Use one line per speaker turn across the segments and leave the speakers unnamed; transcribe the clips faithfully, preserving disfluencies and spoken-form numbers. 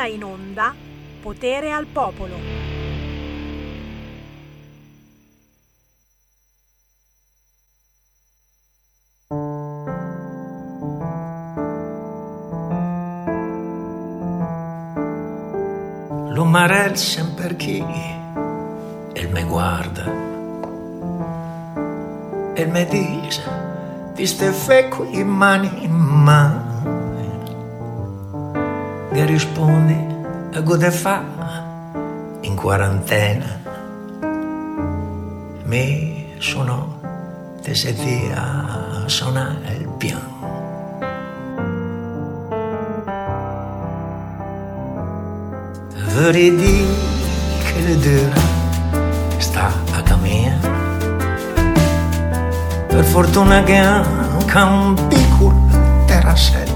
ora in onda Potere al Popolo.
L'umarel sempre chi il me guarda e me dice di ste fecco in mani in mano che rispondi a gode fa in quarantena mi suonò te senti a suonare il piano. Vorrei dire che le dura sta a camminare, per fortuna che ha un piccolo terrazzetto.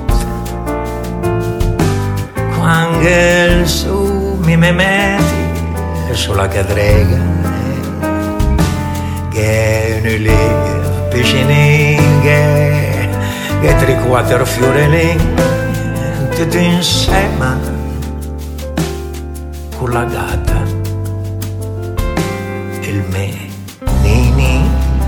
Quando il su mi metti sulla cadrega, che è lì piscina, che è tre quattro fiori tutto insieme con la gatta, il me nini.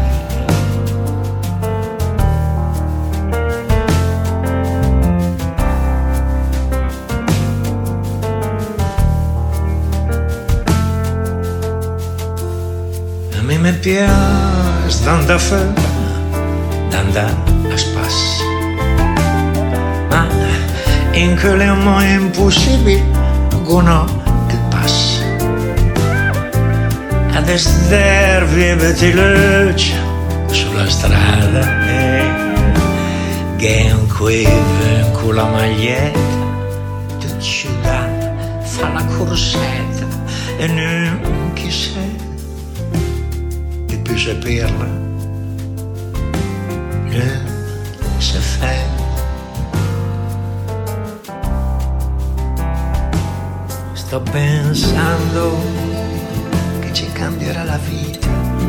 A me mi piace d'andare fuori, d'andare a spasso, ma in quelle mo impossibili no. Adesso vivete luce sulla strada e che è un quive con la maglietta tutta sciudata fa la corsetta e non chi sei e più saperla non si fa. Sto pensando ci cambierà la vita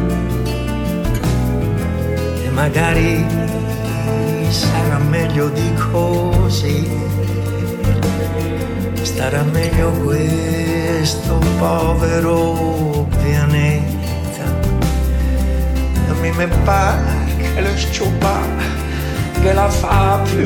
e magari sarà meglio di così, starà meglio questo povero pianeta. A me mi pare che lo sciupa che la fa più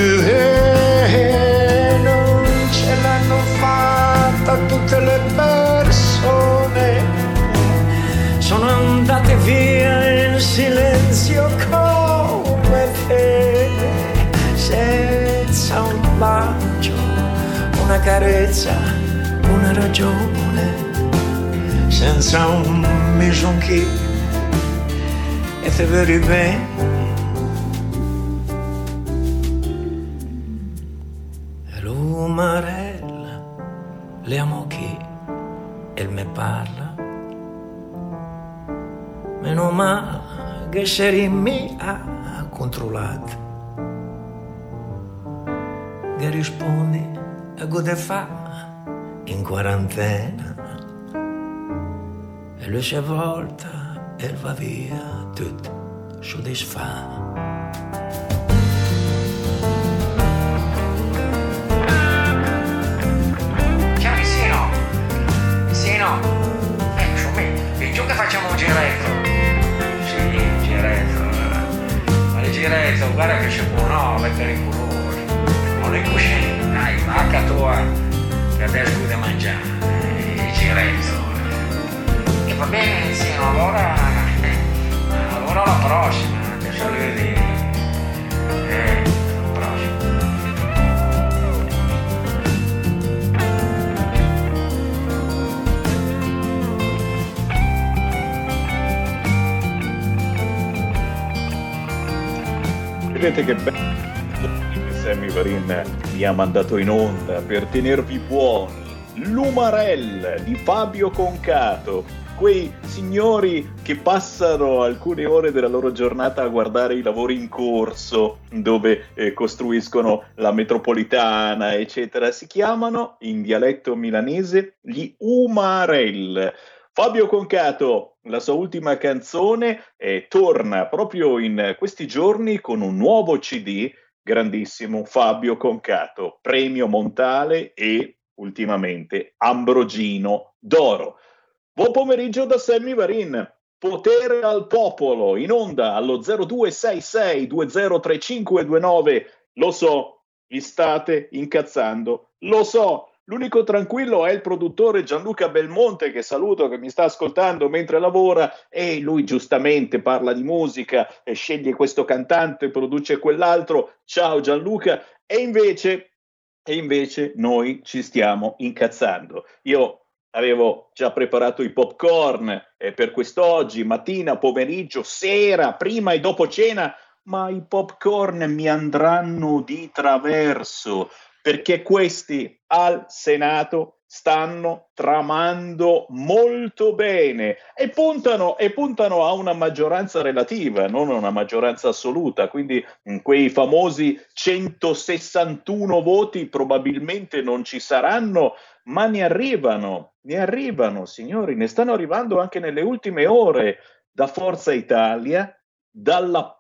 e non ce l'hanno fatta tutte le persone. Sono andate via in silenzio come te, senza un bacio, una carezza, una ragione, senza un misonchi e te vedi bene. L'umarella, le amo chi e me parla. Meno male che sei mi ha controllato, che rispondi a gode fa in quarantena e lui si volta e va via tutto soddisfatto.
Ciao vicino, vicino, ecco me, il gioco che facciamo un giretto. Giretto, guarda che c'è buono, mettere in colore, non è così, dai, vacca tua, che adesso devi mangiare, il giretto. E va bene, sì, allora, allora alla prossima, che saluti, eh, alla prossima.
Vedete che bello che Sammy Varin mi ha mandato in onda per tenervi buoni. L'Umarell di Fabio Concato, quei signori che passano alcune ore della loro giornata a guardare i lavori in corso dove eh, costruiscono la metropolitana eccetera, si chiamano in dialetto milanese gli Umarell. Fabio Concato, la sua ultima canzone, eh, torna proprio in questi giorni con un nuovo C D, grandissimo Fabio Concato, premio Montale e ultimamente Ambrogino d'Oro. Buon pomeriggio da Sammy Varin. Potere al popolo, in onda allo zero due sei sei due zero tre cinque due nove. Lo so, vi state incazzando, lo so. L'unico tranquillo è il produttore Gianluca Belmonte, che saluto, che mi sta ascoltando mentre lavora, e lui giustamente parla di musica, e sceglie questo cantante, produce quell'altro. Ciao Gianluca. E invece, e invece noi ci stiamo incazzando. Io avevo già preparato i popcorn eh, per quest'oggi, mattina, pomeriggio, sera, prima e dopo cena, ma i popcorn mi andranno di traverso, perché questi al Senato stanno tramando molto bene e puntano, e puntano a una maggioranza relativa, non a una maggioranza assoluta, quindi mh, quei famosi centosessantuno voti probabilmente non ci saranno, ma ne arrivano, ne arrivano, signori, ne stanno arrivando anche nelle ultime ore da Forza Italia, dalla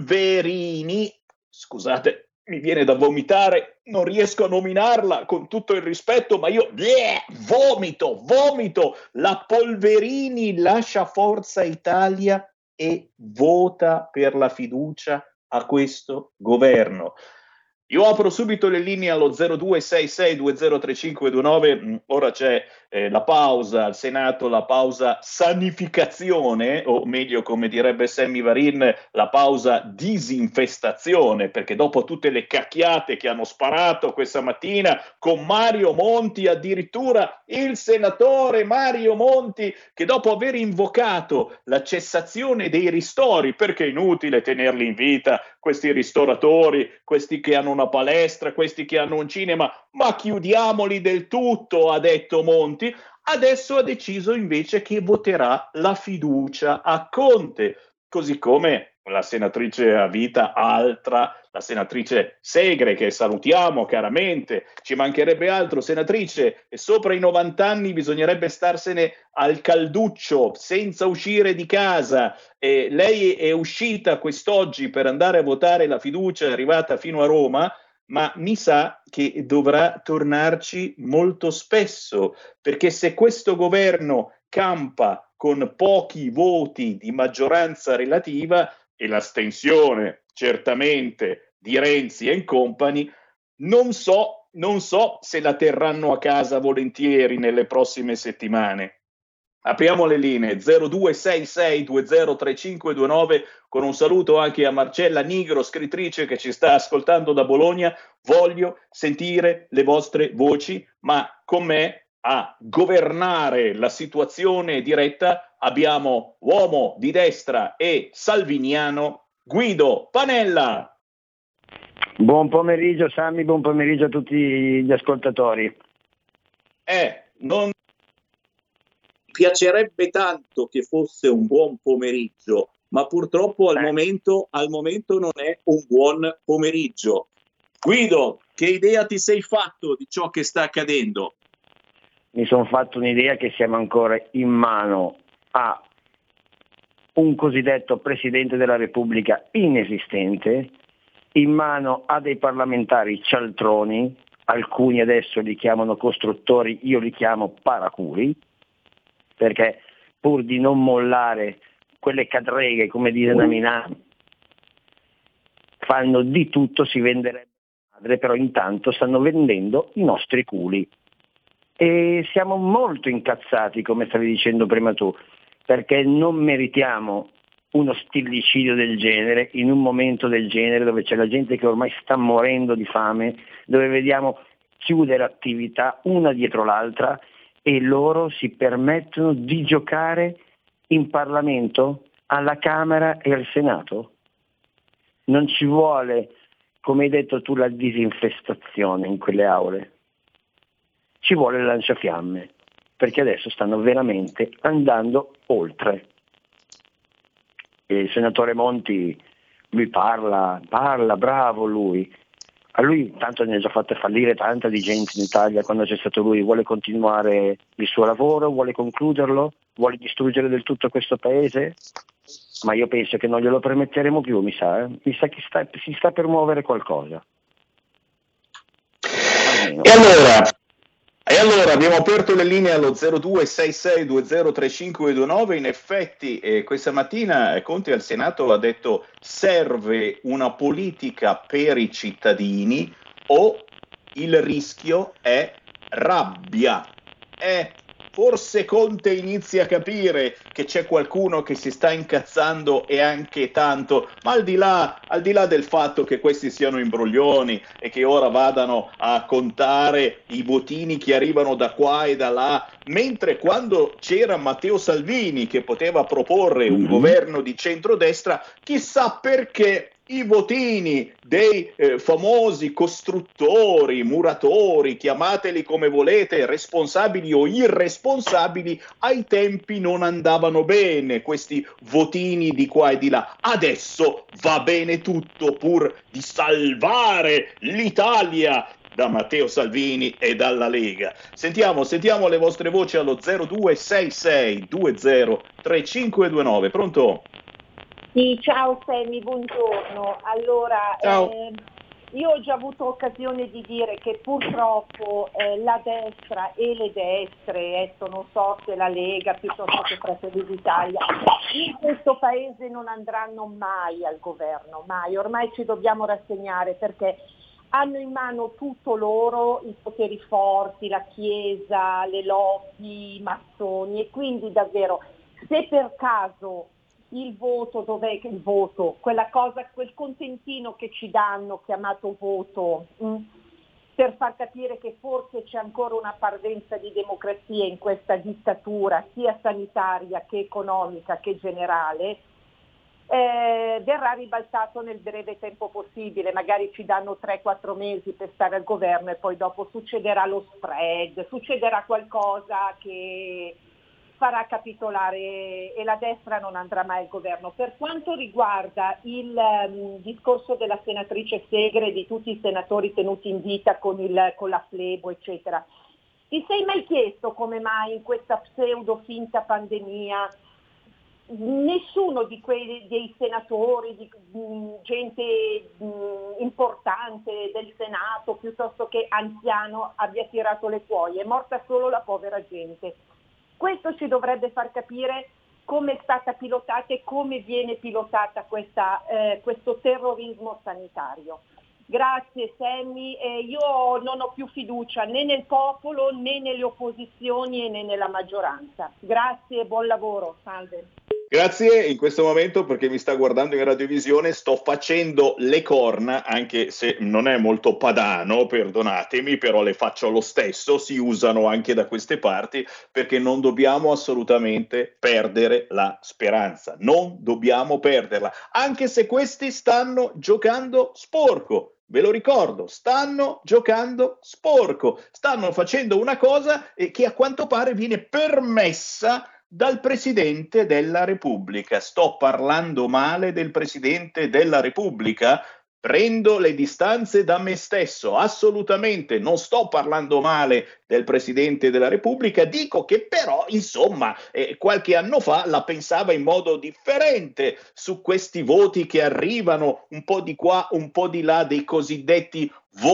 Polverini, scusate, mi viene da vomitare, non riesco a nominarla con tutto il rispetto, ma io bleh, vomito, vomito. La Polverini lascia Forza Italia e vota per la fiducia a questo governo. Io apro subito le linee allo zero due sei sei due zero tre cinque due nove. Ora c'è eh, la pausa al Senato, la pausa sanificazione, o meglio, come direbbe Sammy Varin, la pausa disinfestazione, perché dopo tutte le cacchiate che hanno sparato questa mattina con Mario Monti, addirittura il senatore Mario Monti, che dopo aver invocato la cessazione dei ristori, perché è inutile tenerli in vita questi ristoratori, questi che hanno una palestra, questi che hanno un cinema, ma chiudiamoli del tutto, ha detto Monti. Adesso ha deciso invece che voterà la fiducia a Conte, così come la senatrice a vita altra, la senatrice Segre, che salutiamo caramente, ci mancherebbe altro. Senatrice, sopra i novanta anni bisognerebbe starsene al calduccio senza uscire di casa. E lei è uscita quest'oggi per andare a votare la fiducia, è arrivata fino a Roma, ma mi sa che dovrà tornarci molto spesso, perché se questo governo campa con pochi voti di maggioranza relativa e l'astensione certamente di Renzi e compagni, non so, non so se la terranno a casa volentieri nelle prossime settimane. Apriamo le linee zero due sei sei due zero tre cinque due nove, con un saluto anche a Marcella Nigro, scrittrice che ci sta ascoltando da Bologna. Voglio sentire le vostre voci, ma con me a governare la situazione diretta abbiamo uomo di destra e salviniano Guido Panella.
Buon pomeriggio Sammy, buon pomeriggio a tutti gli ascoltatori.
Eh, non piacerebbe tanto che fosse un buon pomeriggio, ma purtroppo al, eh. momento, al momento non è un buon pomeriggio. Guido, che idea ti sei fatto di ciò che sta accadendo?
Mi sono fatto un'idea che siamo ancora in mano a un cosiddetto Presidente della Repubblica inesistente, in mano a dei parlamentari cialtroni, alcuni adesso li chiamano costruttori, io li chiamo paracuri, perché pur di non mollare quelle cadreghe, come dire da Milano, fanno di tutto, si venderebbe madre, però intanto stanno vendendo i nostri culi. E siamo molto incazzati, come stavi dicendo prima tu, perché non meritiamo uno stillicidio del genere, in un momento del genere dove c'è la gente che ormai sta morendo di fame, dove vediamo chiudere attività una dietro l'altra, e loro si permettono di giocare in Parlamento, alla Camera e al Senato. Non ci vuole, come hai detto tu, la disinfestazione in quelle aule. Ci vuole il lanciafiamme, perché adesso stanno veramente andando oltre. E il senatore Monti, lui parla, parla, bravo lui. A lui tanto ne ha già fatte fallire tanta di gente in Italia quando c'è stato lui. Vuole continuare il suo lavoro, vuole concluderlo, vuole distruggere del tutto questo paese, ma io penso che non glielo permetteremo più, mi sa, eh? Mi sa che sta, si sta per muovere qualcosa. Almeno.
E allora, Allora, abbiamo aperto le linee allo zero due sei sei due zero tre cinque due nove. In effetti eh, questa mattina eh, Conte al Senato ha detto serve una politica per i cittadini o il rischio è rabbia. Eh, forse Conte inizia a capire che c'è qualcuno che si sta incazzando e anche tanto, ma al di là, al di là del fatto che questi siano imbroglioni e che ora vadano a contare i votini che arrivano da qua e da là, mentre quando c'era Matteo Salvini che poteva proporre un mm-hmm. governo di centrodestra, chissà perché i votini dei eh, famosi costruttori, muratori, chiamateli come volete, responsabili o irresponsabili, ai tempi non andavano bene questi votini di qua e di là. Adesso va bene tutto pur di salvare l'Italia da Matteo Salvini e dalla Lega. Sentiamo, sentiamo le vostre voci allo zero due sei sei due zero tre cinque due nove. Pronto?
Sì, ciao Sammy, buongiorno. Allora, eh, io ho già avuto occasione di dire che purtroppo eh, la destra e le destre, adesso non so se la Lega piuttosto che Fratelli d'Italia, in questo paese non andranno mai al governo, mai. Ormai ci dobbiamo rassegnare perché hanno in mano tutto loro, i poteri forti, la Chiesa, le lobby, i massoni, e quindi davvero, se per caso il voto, dov'è che il voto, quella cosa, quel contentino che ci danno, chiamato voto, mh, per far capire che forse c'è ancora una parvenza di democrazia in questa dittatura, sia sanitaria che economica che generale, eh, verrà ribaltato nel breve tempo possibile. Magari ci danno tre quattro mesi per stare al governo e poi dopo succederà lo spread, succederà qualcosa che farà capitolare e la destra non andrà mai al governo. Per quanto riguarda il um, discorso della senatrice Segre e di tutti i senatori tenuti in vita con, il, con la flebo, eccetera, ti sei mai chiesto come mai in questa pseudo finta pandemia nessuno di quei dei senatori, di mh, gente mh, importante del Senato, piuttosto che anziano, abbia tirato le cuoie? È morta solo la povera gente. Questo ci dovrebbe far capire come è stata pilotata e come viene pilotata questa, eh, questo terrorismo sanitario. Grazie Sammy, eh, io non ho più fiducia né nel popolo né nelle opposizioni né nella maggioranza. Grazie e buon lavoro, salve.
Grazie, in questo momento, perché mi sta guardando in radiovisione, sto facendo le corna, anche se non è molto padano, perdonatemi, però le faccio lo stesso, si usano anche da queste parti, perché non dobbiamo assolutamente perdere la speranza, non dobbiamo perderla, anche se questi stanno giocando sporco. Ve lo ricordo, stanno giocando sporco, stanno facendo una cosa che a quanto pare viene permessa dal Presidente della Repubblica. Sto parlando male del Presidente della Repubblica? Prendo le distanze da me stesso, assolutamente non sto parlando male del Presidente della Repubblica, dico che però, insomma, eh, qualche anno fa la pensava in modo differente su questi voti che arrivano un po' di qua, un po' di là, dei cosiddetti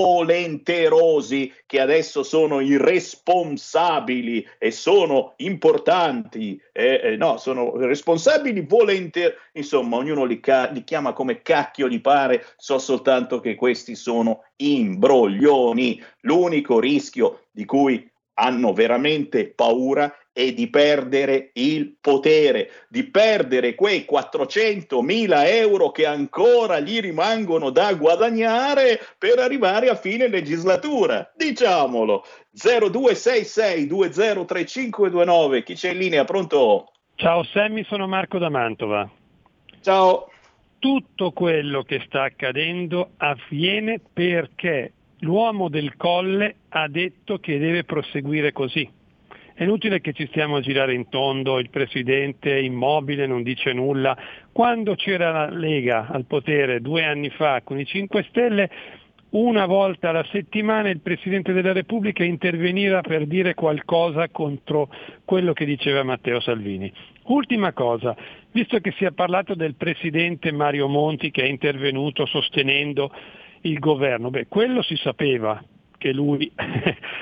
volenterosi, che adesso sono irresponsabili e sono importanti, eh, eh, no, sono responsabili volentieri, insomma, ognuno li, ca- li chiama come cacchio gli pare, so soltanto che questi sono imbroglioni. L'unico rischio di cui hanno veramente paura è di perdere il potere, di perdere quei quattrocentomila euro che ancora gli rimangono da guadagnare per arrivare a fine legislatura. Diciamolo. zero due sei sei due zero tre cinque due nove. Chi c'è in linea? Pronto?
Ciao Sammy, sono Marco da Mantova.
Ciao.
Tutto quello che sta accadendo avviene perché l'uomo del Colle ha detto che deve proseguire così. È inutile che ci stiamo a girare in tondo, il presidente è immobile, non dice nulla. Quando c'era la Lega al potere due anni fa con i cinque Stelle, una volta alla settimana il Presidente della Repubblica interveniva per dire qualcosa contro quello che diceva Matteo Salvini. Ultima cosa, visto che si è parlato del Presidente Mario Monti che è intervenuto sostenendo il governo, beh, quello si sapeva che lui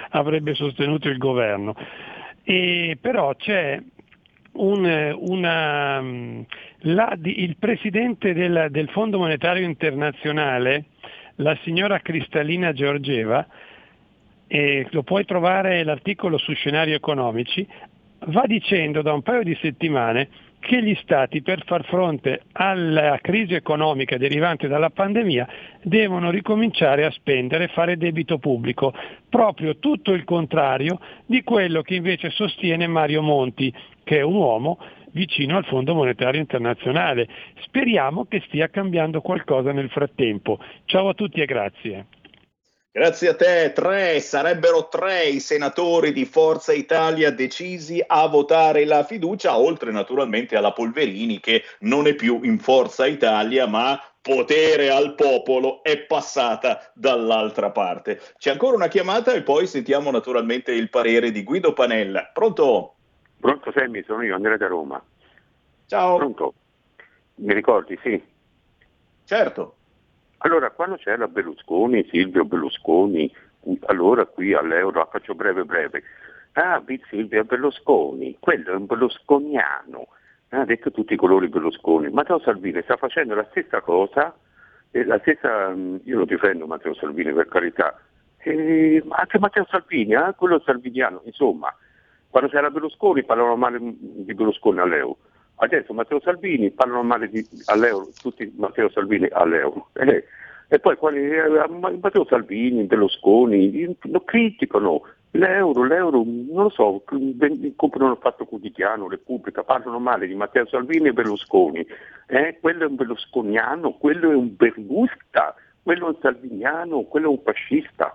avrebbe sostenuto il governo. E però c'è un, una, la, il presidente del, del Fondo Monetario Internazionale, la signora Cristalina Georgieva, e lo puoi trovare l'articolo su Scenari Economici, va dicendo da un paio di settimane che gli stati, per far fronte alla crisi economica derivante dalla pandemia, devono ricominciare a spendere, fare debito pubblico, proprio tutto il contrario di quello che invece sostiene Mario Monti, che è un uomo vicino al Fondo Monetario Internazionale. Speriamo che stia cambiando qualcosa nel frattempo. Ciao a tutti e grazie.
Grazie a te. Tre, sarebbero tre i senatori di Forza Italia decisi a votare la fiducia, oltre naturalmente alla Polverini che non è più in Forza Italia, ma potere al popolo è passata dall'altra parte. C'è ancora una chiamata e poi sentiamo naturalmente il parere di Guido Panella. Pronto?
Pronto Semmi, sono io, Andrea da Roma.
Ciao.
Pronto? Mi ricordi? Sì.
Certo.
Allora, quando c'era Berlusconi, Silvio Berlusconi, allora qui all'Euro, la faccio breve breve, ah, Silvio Berlusconi, quello è un berlusconiano, ha detto tutti i colori Berlusconi. Matteo Salvini sta facendo la stessa cosa, eh, la stessa, io lo difendo Matteo Salvini per carità, eh, anche Matteo Salvini, eh, quello salviniano, insomma, quando c'era Berlusconi parlavano male di Berlusconi all'Euro. Adesso Matteo Salvini parlano male di, all'Euro, tutti Matteo Salvini all'Euro. Eh, e poi quali, eh, Matteo Salvini, Berlusconi, lo criticano l'Euro, l'Euro, non lo so, comprano il Fatto Quotidiano, Repubblica, parlano male di Matteo Salvini e Berlusconi. Eh, quello è un berlusconiano, quello è un berlusca, quello è un salviniano, quello è un fascista.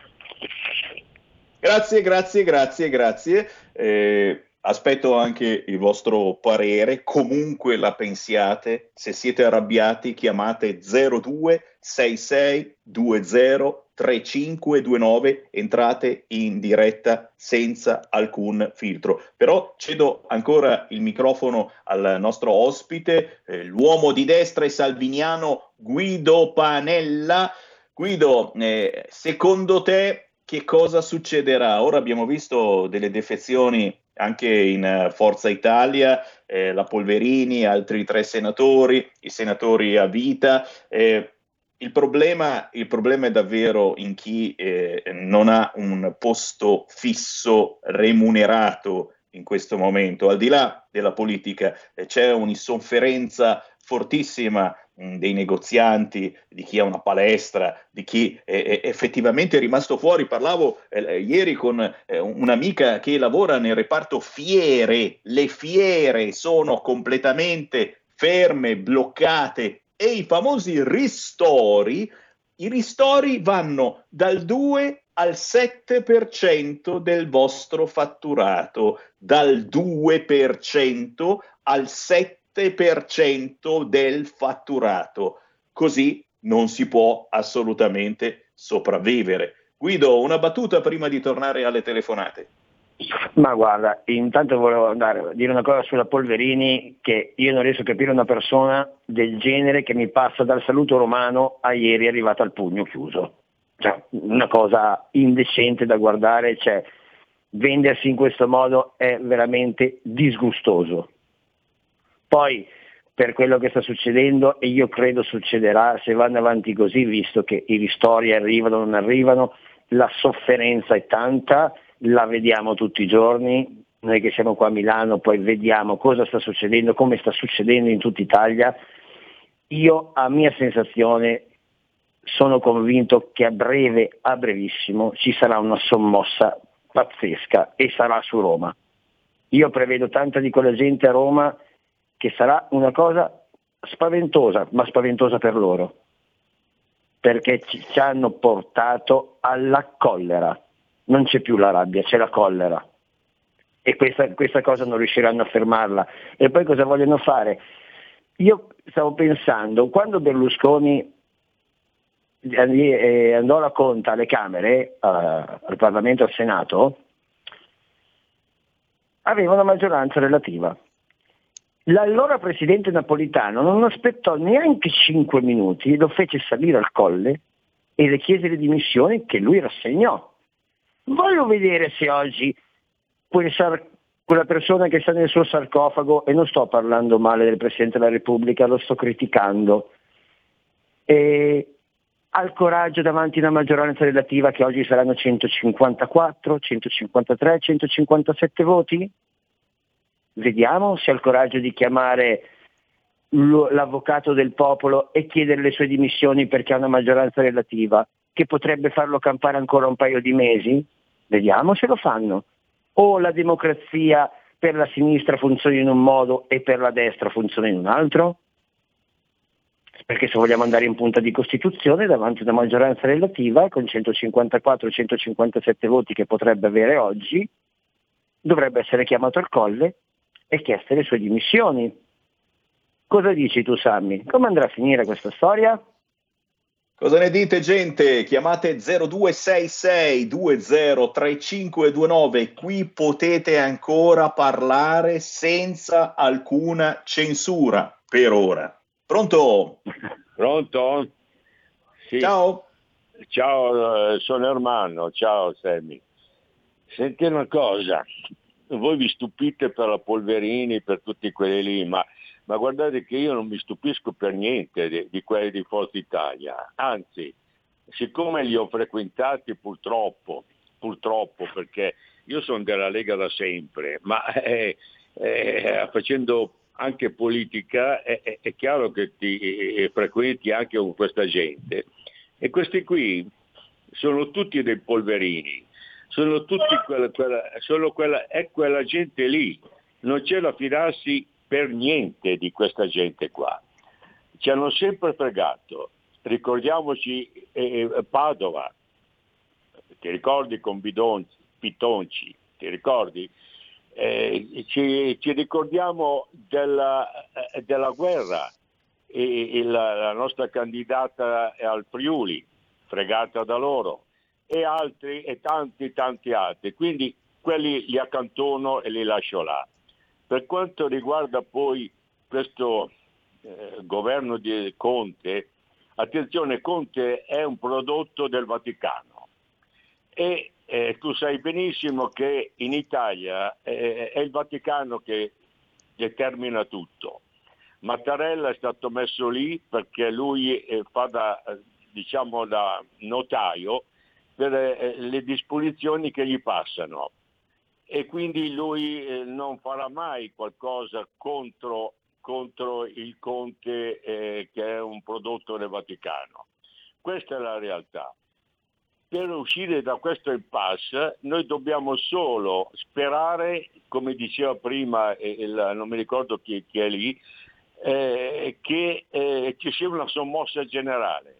Grazie, grazie, grazie, grazie. Eh... Aspetto anche il vostro parere, comunque la pensiate. Se siete arrabbiati chiamate zero due sei sei due zero tre cinque due nove, entrate in diretta senza alcun filtro. Però cedo ancora il microfono al nostro ospite, eh, l'uomo di destra e salviniano Guido Panella. Guido, eh, secondo te che cosa succederà? Ora abbiamo visto delle defezioni anche in Forza Italia, eh, la Polverini, altri tre senatori, i senatori a vita. Eh, il problema, il problema è davvero in chi eh, non ha un posto fisso remunerato in questo momento. Al di là della politica eh, c'è un'insofferenza fortissima dei negozianti, di chi ha una palestra, di chi è, è effettivamente rimasto fuori. Parlavo eh, ieri con eh, un'amica che lavora nel reparto fiere. Le fiere sono completamente ferme, bloccate, e i famosi ristori, i ristori vanno dal due al sette per cento del vostro fatturato, dal due per cento al sette per cento del fatturato. Così non si può assolutamente sopravvivere. Guido, una battuta prima di tornare alle telefonate.
Ma guarda, intanto volevo andare a dire una cosa sulla Polverini, che io non riesco a capire una persona del genere che mi passa dal saluto romano a ieri è arrivata al pugno chiuso. Cioè, una cosa indecente da guardare, cioè vendersi in questo modo è veramente disgustoso. Poi, per quello che sta succedendo, e io credo succederà se vanno avanti così, visto che i ristori arrivano o non arrivano, la sofferenza è tanta, la vediamo tutti i giorni, noi che siamo qua a Milano poi vediamo cosa sta succedendo, come sta succedendo in tutta Italia. Io, a mia sensazione, sono convinto che a breve, a brevissimo, ci sarà una sommossa pazzesca e sarà su Roma. Io prevedo tanta di quella gente a Roma che sarà una cosa spaventosa, ma spaventosa per loro, perché ci, ci hanno portato alla collera. Non c'è più la rabbia, c'è la collera, e questa, questa cosa non riusciranno a fermarla. E poi cosa vogliono fare? Io stavo pensando, quando Berlusconi andò alla conta alle Camere, al Parlamento, al Senato, aveva una maggioranza relativa. L'allora presidente Napolitano non aspettò neanche cinque minuti, lo fece salire al colle e le chiese le dimissioni, che lui rassegnò. Voglio vedere se oggi quel sar- quella persona che sta nel suo sarcofago, e non sto parlando male del Presidente della Repubblica, lo sto criticando, e ha il coraggio davanti a una maggioranza relativa che oggi saranno centocinquantaquattro, centocinquantatré, centocinquantasette voti? Vediamo se ha il coraggio di chiamare l'avvocato del popolo e chiedere le sue dimissioni perché ha una maggioranza relativa che potrebbe farlo campare ancora un paio di mesi. Vediamo se lo fanno. O la democrazia per la sinistra funziona in un modo e per la destra funziona in un altro? Perché se vogliamo andare in punta di Costituzione, davanti a una maggioranza relativa con centocinquantaquattro centocinquantasette voti che potrebbe avere oggi, dovrebbe essere chiamato al colle e chieste le sue dimissioni. Cosa dici tu, Sammy? Come andrà a finire questa storia?
Cosa ne dite, gente? Chiamate zero due sei sei due zero tre cinque due nove, qui potete ancora parlare senza alcuna censura, per ora. Pronto?
Pronto? Sì.
Ciao.
Ciao, sono Ermanno, ciao Sammy. Senti una cosa, voi vi stupite per la Polverini, per tutti quelli lì, ma, ma guardate che io non mi stupisco per niente di, di quelli di Forza Italia, anzi, siccome li ho frequentati purtroppo, purtroppo perché io sono della Lega da sempre, ma eh, eh, facendo anche politica è, è, è chiaro che ti eh, frequenti anche con questa gente, e questi qui sono tutti dei polverini, sono tutti quella, quella, sono quella, è quella gente lì, non c'è da fidarsi per niente di questa gente qua, ci hanno sempre fregato. Ricordiamoci eh, Padova, ti ricordi con Bidonci, Pitonci, ti ricordi? Eh, ci, ci ricordiamo della, eh, della guerra, e, e la, la nostra candidata al Friuli, fregata da loro, e altri e tanti tanti altri, quindi quelli li accantono e li lascio là. Per quanto riguarda poi questo eh, governo di Conte, attenzione, Conte è un prodotto del Vaticano e Eh, tu sai benissimo che in Italia eh, è il Vaticano che determina tutto. Mattarella è stato messo lì perché lui eh, fa da, diciamo, da notaio per eh, le disposizioni che gli passano, e quindi lui eh, non farà mai qualcosa contro, contro il Conte eh, che è un prodotto del Vaticano. Questa è la realtà. Per uscire da questo impasse noi dobbiamo solo sperare, come diceva prima, il, non mi ricordo chi, chi è lì, eh, che eh, ci sia una sommossa generale,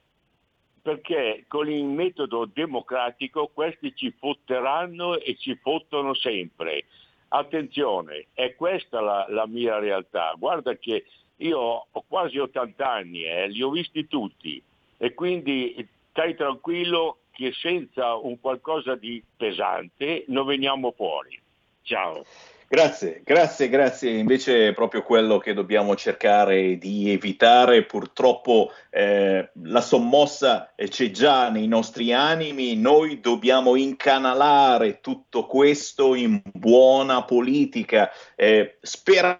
perché con il metodo democratico questi ci fotteranno e ci fottono sempre. Attenzione, è questa la, la mia realtà. Guarda che io ho quasi ottanta anni, eh, li ho visti tutti, e quindi stai tranquillo che senza un qualcosa di pesante non veniamo fuori. Ciao.
Grazie, grazie, grazie. Invece è proprio quello che dobbiamo cercare di evitare. Purtroppo eh, la sommossa c'è già nei nostri animi, noi dobbiamo incanalare tutto questo in buona politica. Eh, spera...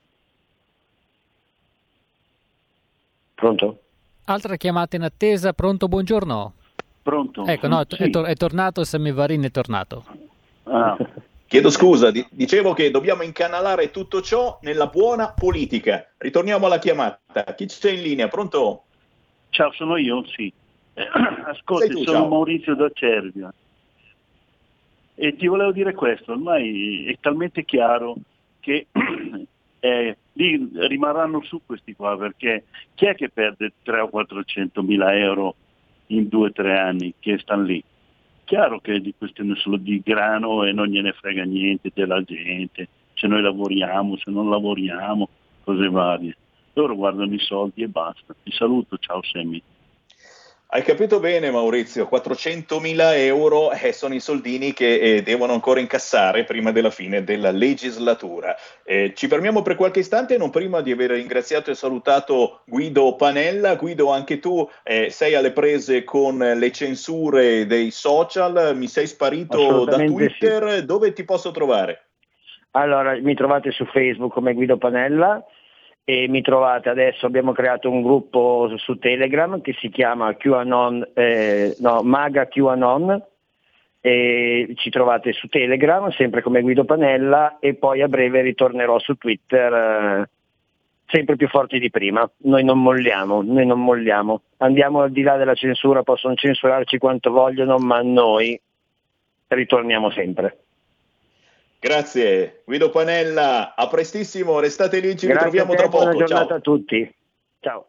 Pronto?
Altra chiamata in attesa, pronto, buongiorno.
Pronto?
Ecco, no,
sì.
è, tor- è tornato, Sammy Varin è tornato.
Ah.
Chiedo scusa, di- dicevo che dobbiamo incanalare tutto ciò nella buona politica. Ritorniamo alla chiamata. Chi c'è in linea? Pronto?
Ciao, sono io, sì. Eh, ascolti,
tu,
sono
ciao.
Maurizio da Cervia. E ti volevo dire questo, ormai è talmente chiaro che eh, lì rimarranno su questi qua, perché chi è che perde trecento o quattrocento mila euro in due o tre anni che stanno lì? Chiaro che è di questione solo di grano e non gliene frega niente della gente, se noi lavoriamo, se non lavoriamo, cose varie. Loro guardano i soldi e basta. Ti saluto, ciao Sammy.
Hai capito bene, Maurizio, quattrocentomila euro eh, sono i soldini che eh, devono ancora incassare prima della fine della legislatura. Eh, ci fermiamo per qualche istante, non prima di aver ringraziato e salutato Guido Panella. Guido, anche tu eh, sei alle prese con le censure dei social, mi sei sparito da Twitter, sì. Dove ti posso trovare?
Allora, mi trovate su Facebook come Guido Panella, e mi trovate adesso, abbiamo creato un gruppo su Telegram che si chiama QAnon, eh, no, Maga QAnon, e ci trovate su Telegram sempre come Guido Panella, e poi a breve ritornerò su Twitter eh, sempre più forti di prima. Noi non molliamo, noi non molliamo, andiamo al di là della censura, possono censurarci quanto vogliono, ma noi ritorniamo sempre.
Grazie Guido Panella, a prestissimo, restate lì, ci ritroviamo tra poco.
Buona giornata
Ciao
a tutti. Ciao.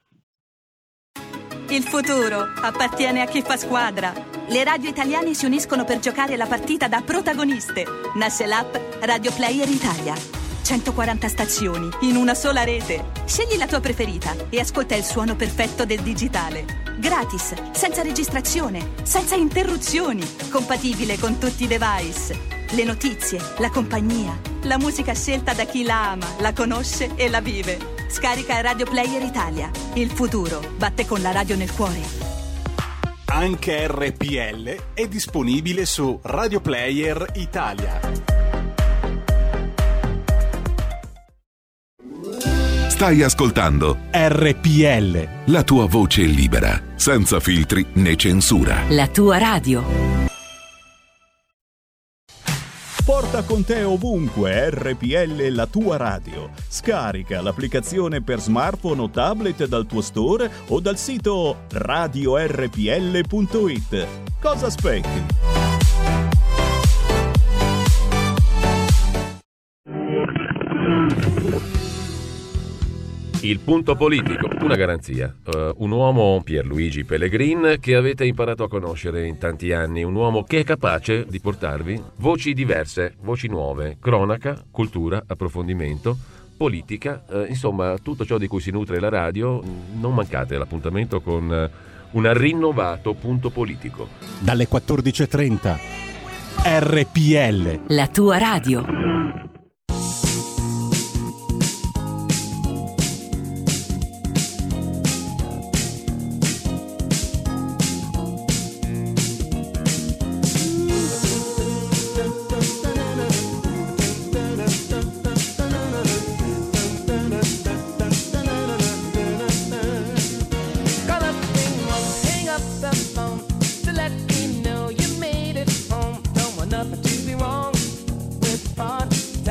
Il futuro appartiene a chi fa squadra. Le radio italiane si uniscono per giocare la partita da protagoniste. Nasce l'app Radio Player Italia. centoquaranta stazioni in una sola rete. Scegli la tua preferita e ascolta il suono perfetto del digitale. Gratis, senza registrazione, senza interruzioni, compatibile con tutti i device. Le notizie, la compagnia, la musica scelta da chi la ama, la conosce e la vive. Scarica Radio Player Italia. Il futuro batte con la radio nel cuore.
Anche R P L è disponibile su Radio Player Italia.
Stai ascoltando
R P L,
la tua voce libera, senza filtri né censura.
La tua radio.
Porta con te ovunque R P L, la tua radio. Scarica l'applicazione per smartphone o tablet dal tuo store o dal sito radio r p l punto i t. Cosa aspetti?
Il punto politico, una garanzia. Uh, un uomo, Pierluigi Pellegrin, che avete imparato a conoscere in tanti anni. Un uomo che è capace di portarvi voci diverse, voci nuove, cronaca, cultura, approfondimento, politica, uh, insomma tutto ciò di cui si nutre la radio. Non mancate l'appuntamento con uh, un rinnovato punto politico.
Dalle quattordici e trenta. R P L.
La tua radio.
Nothing to be wrong with part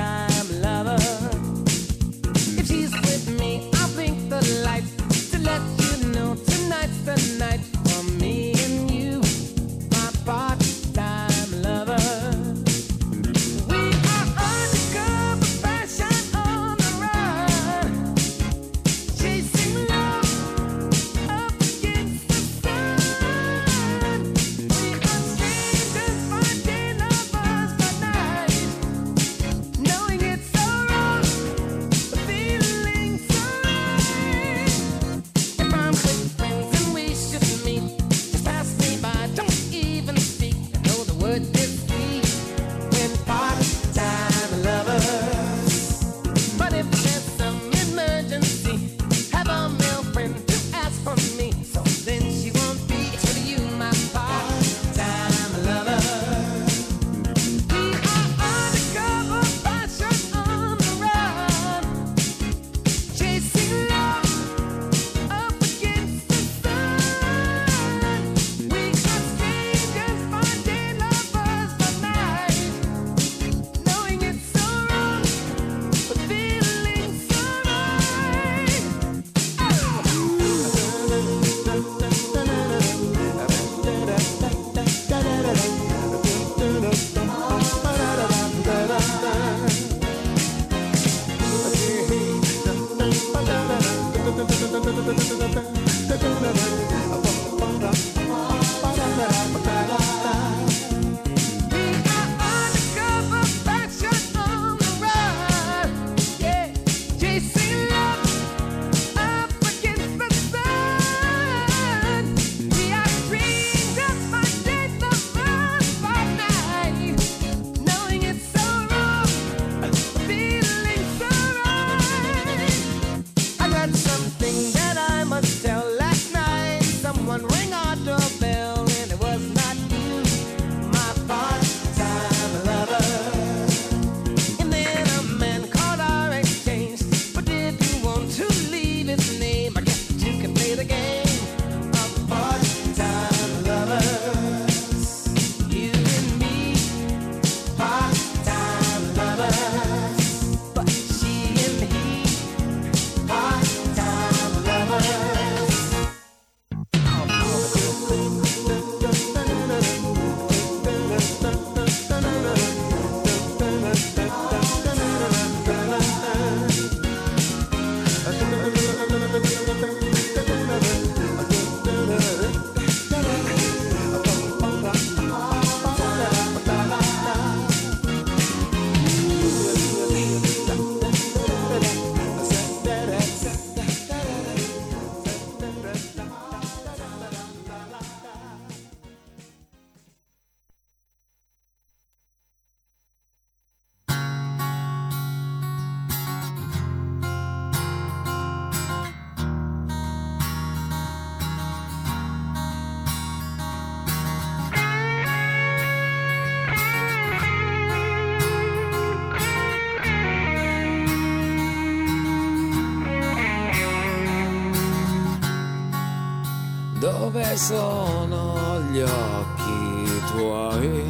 Dove sono gli occhi tuoi?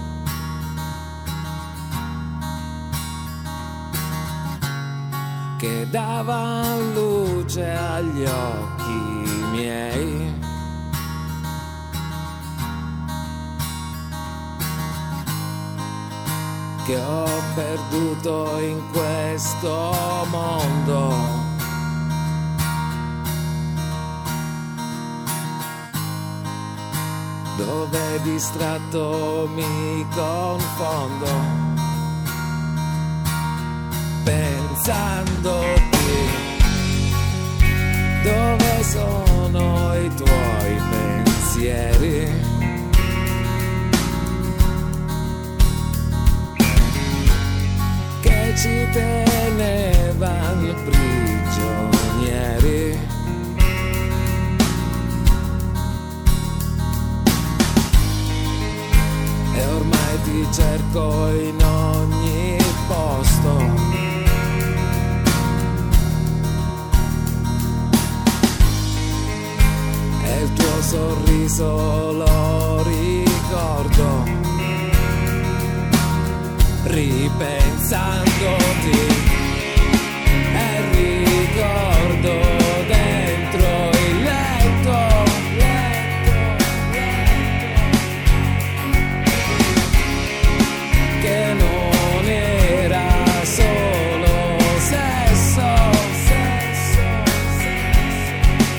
Che davan luce agli occhi miei. Che ho perduto in questo mondo. Dove distratto mi confondo, pensandoti. Dove sono i tuoi pensieri? Che ci tenevan prigionieri. E ormai ti cerco in ogni posto. E il tuo sorriso lo ricordo, ripensandoti. E ricordo dentro il letto che non era solo sesso, sesso, sesso.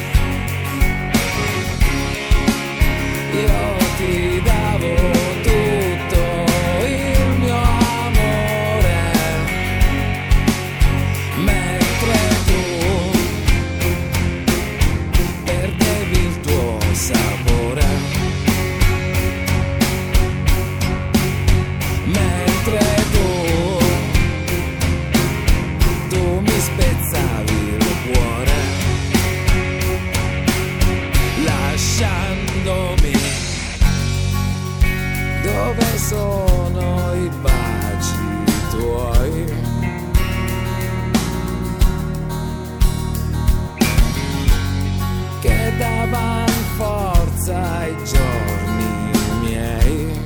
Io ti davo tutto il mio amore, mentre tu perdevi il tuo sapore. Mentre tu, tu mi spezzavi il cuore, lasciandomi. Dove sono i baci tuoi? Che davan forza ai giorni miei.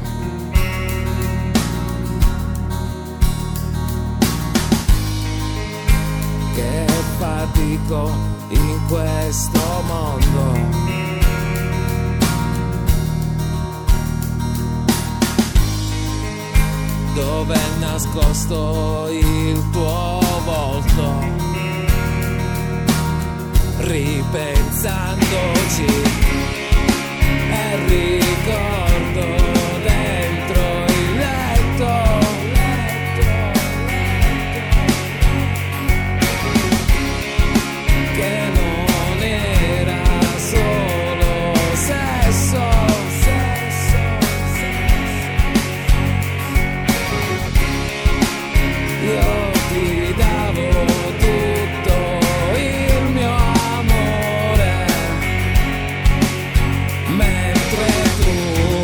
Che fatico in questo mondo. Dove è nascosto il tuo volto, ripensandoci. E ricordo dentro il letto che non era solo sesso, sesso, sesso. Io ti davo tutto il mio amore, mentre tu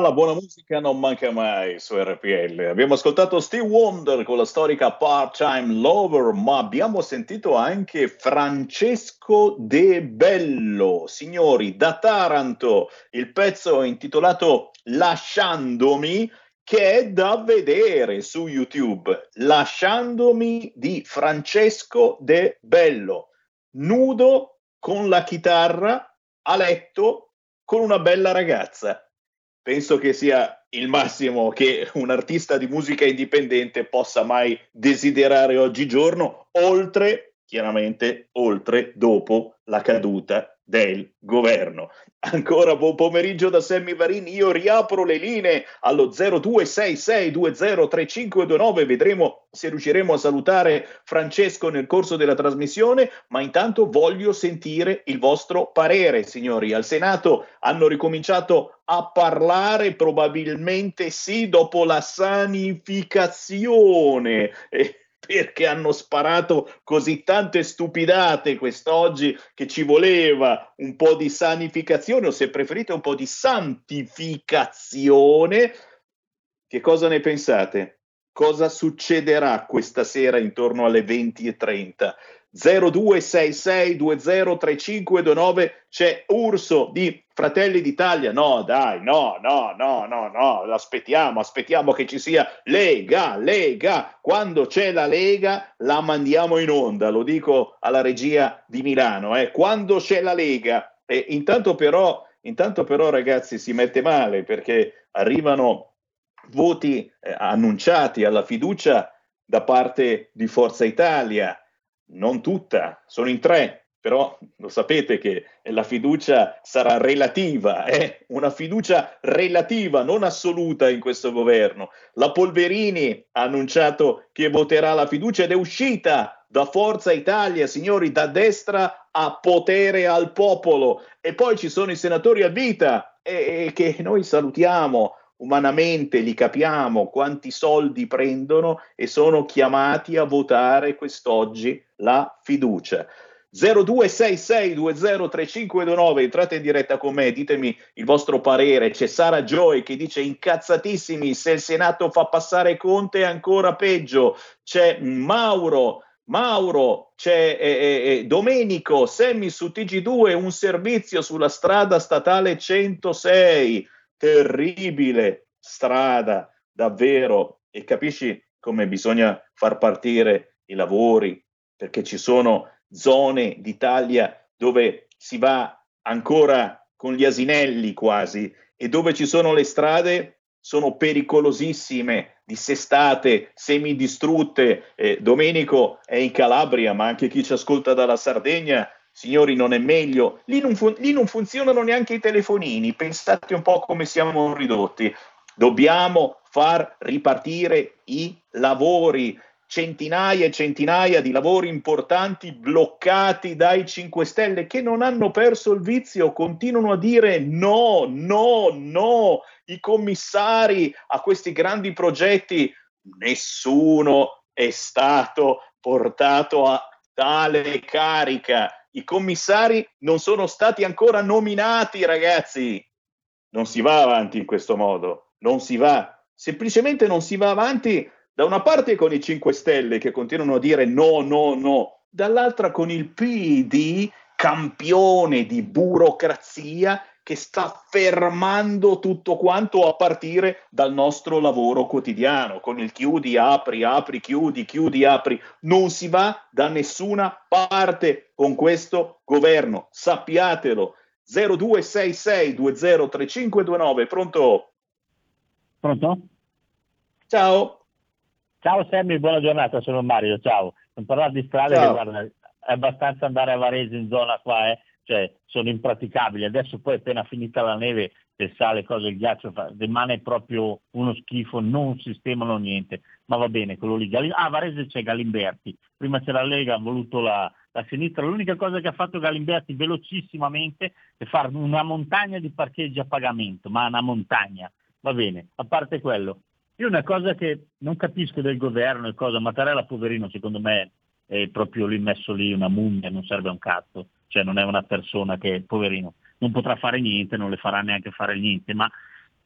la buona musica non manca mai su R P L. Abbiamo ascoltato Stevie Wonder con la storica Part-Time Lover, ma abbiamo sentito anche Francesco De Bello, signori, da Taranto, il pezzo intitolato Lasciandomi, che è da vedere su YouTube. Lasciandomi di Francesco De Bello, nudo con la chitarra a letto con una bella ragazza. Penso che sia il massimo che un artista di musica indipendente possa mai desiderare oggigiorno, oltre, chiaramente, oltre, dopo la caduta del governo. Ancora buon pomeriggio da Sammy Varin, io riapro le linee allo zero due sei sei due zero tre cinque due nove, vedremo se riusciremo a salutare Francesco nel corso della trasmissione, ma intanto voglio sentire il vostro parere, signori. Al Senato hanno ricominciato a parlare, probabilmente sì, dopo la sanificazione, eh, perché hanno sparato così tante stupidate quest'oggi che ci voleva un po' di sanificazione, o se preferite un po' di santificazione. Che cosa ne pensate? Cosa succederà questa sera intorno alle venti e trenta? zero due sei sei due zero tre cinque due nove, c'è Urso di Fratelli d'Italia. No, dai, no, no, no, no, no, aspettiamo, aspettiamo che ci sia Lega, Lega. Quando c'è la Lega la mandiamo in onda, lo dico alla regia di Milano, eh. Quando c'è la Lega. E intanto però, intanto però ragazzi si mette male, perché arrivano voti eh, annunciati alla fiducia da parte di Forza Italia. Non tutta, sono in tre, però lo sapete che la fiducia sarà relativa, eh? Una fiducia relativa, non assoluta in questo governo. La Polverini ha annunciato che voterà la fiducia ed è uscita da Forza Italia, signori, da destra a potere al popolo. E poi ci sono i senatori a vita, e, e che noi salutiamo. Umanamente li capiamo quanti soldi prendono e sono chiamati a votare quest'oggi la fiducia. zero due sei sei due zero tre cinque due nove, entrate in diretta con me, ditemi il vostro parere. C'è Sara Joy che dice incazzatissimi, se il Senato fa passare Conte è ancora peggio. C'è Mauro Mauro, c'è eh, eh, Domenico, Semmi su T G due, un servizio sulla strada statale centosei. Terribile strada, davvero, e capisci come bisogna far partire i lavori, perché ci sono zone d'Italia dove si va ancora con gli asinelli quasi, e dove ci sono le strade sono pericolosissime, dissestate, semidistrutte. eh, Domenico è in Calabria, ma anche chi ci ascolta dalla Sardegna. Signori, non è meglio? Lì non, fun- lì non funzionano neanche i telefonini, pensate un po' come siamo ridotti. Dobbiamo far ripartire i lavori, centinaia e centinaia di lavori importanti bloccati dai cinque Stelle, che non hanno perso il vizio, continuano a dire no, no, no, i commissari a questi grandi progetti. Nessuno è stato portato a tale carica. I commissari non sono stati ancora nominati, ragazzi. Non si va avanti in questo modo, non si va, semplicemente non si va avanti, da una parte con i cinque Stelle che continuano a dire no, no, no, dall'altra con il P D, campione di burocrazia, che sta fermando tutto quanto a partire dal nostro lavoro quotidiano, con il chiudi, apri, apri, chiudi, chiudi, apri. Non si va da nessuna parte con questo governo, sappiatelo. zero due sei sei due zero tre cinque due nove, pronto?
Pronto?
Ciao.
Ciao Sammy, buona giornata, sono Mario, ciao. Non parlare di strade, che, guarda, è abbastanza andare a Varese in zona qua, eh. Cioè sono impraticabili. Adesso poi appena finita la neve, se sale cosa, il ghiaccio fa, rimane proprio uno schifo, non sistemano niente, ma va bene quello lì. Gal- ah, Varese c'è Galimberti, prima c'è la Lega, ha voluto la, la sinistra. L'unica cosa che ha fatto Galimberti velocissimamente è fare una montagna di parcheggi a pagamento, ma una montagna, va bene. A parte quello, io una cosa che non capisco del governo è cosa, Mattarella poverino secondo me è proprio lì messo lì una mummia, non serve a un cazzo. Cioè non è una persona che, poverino, non potrà fare niente, non le farà neanche fare niente, ma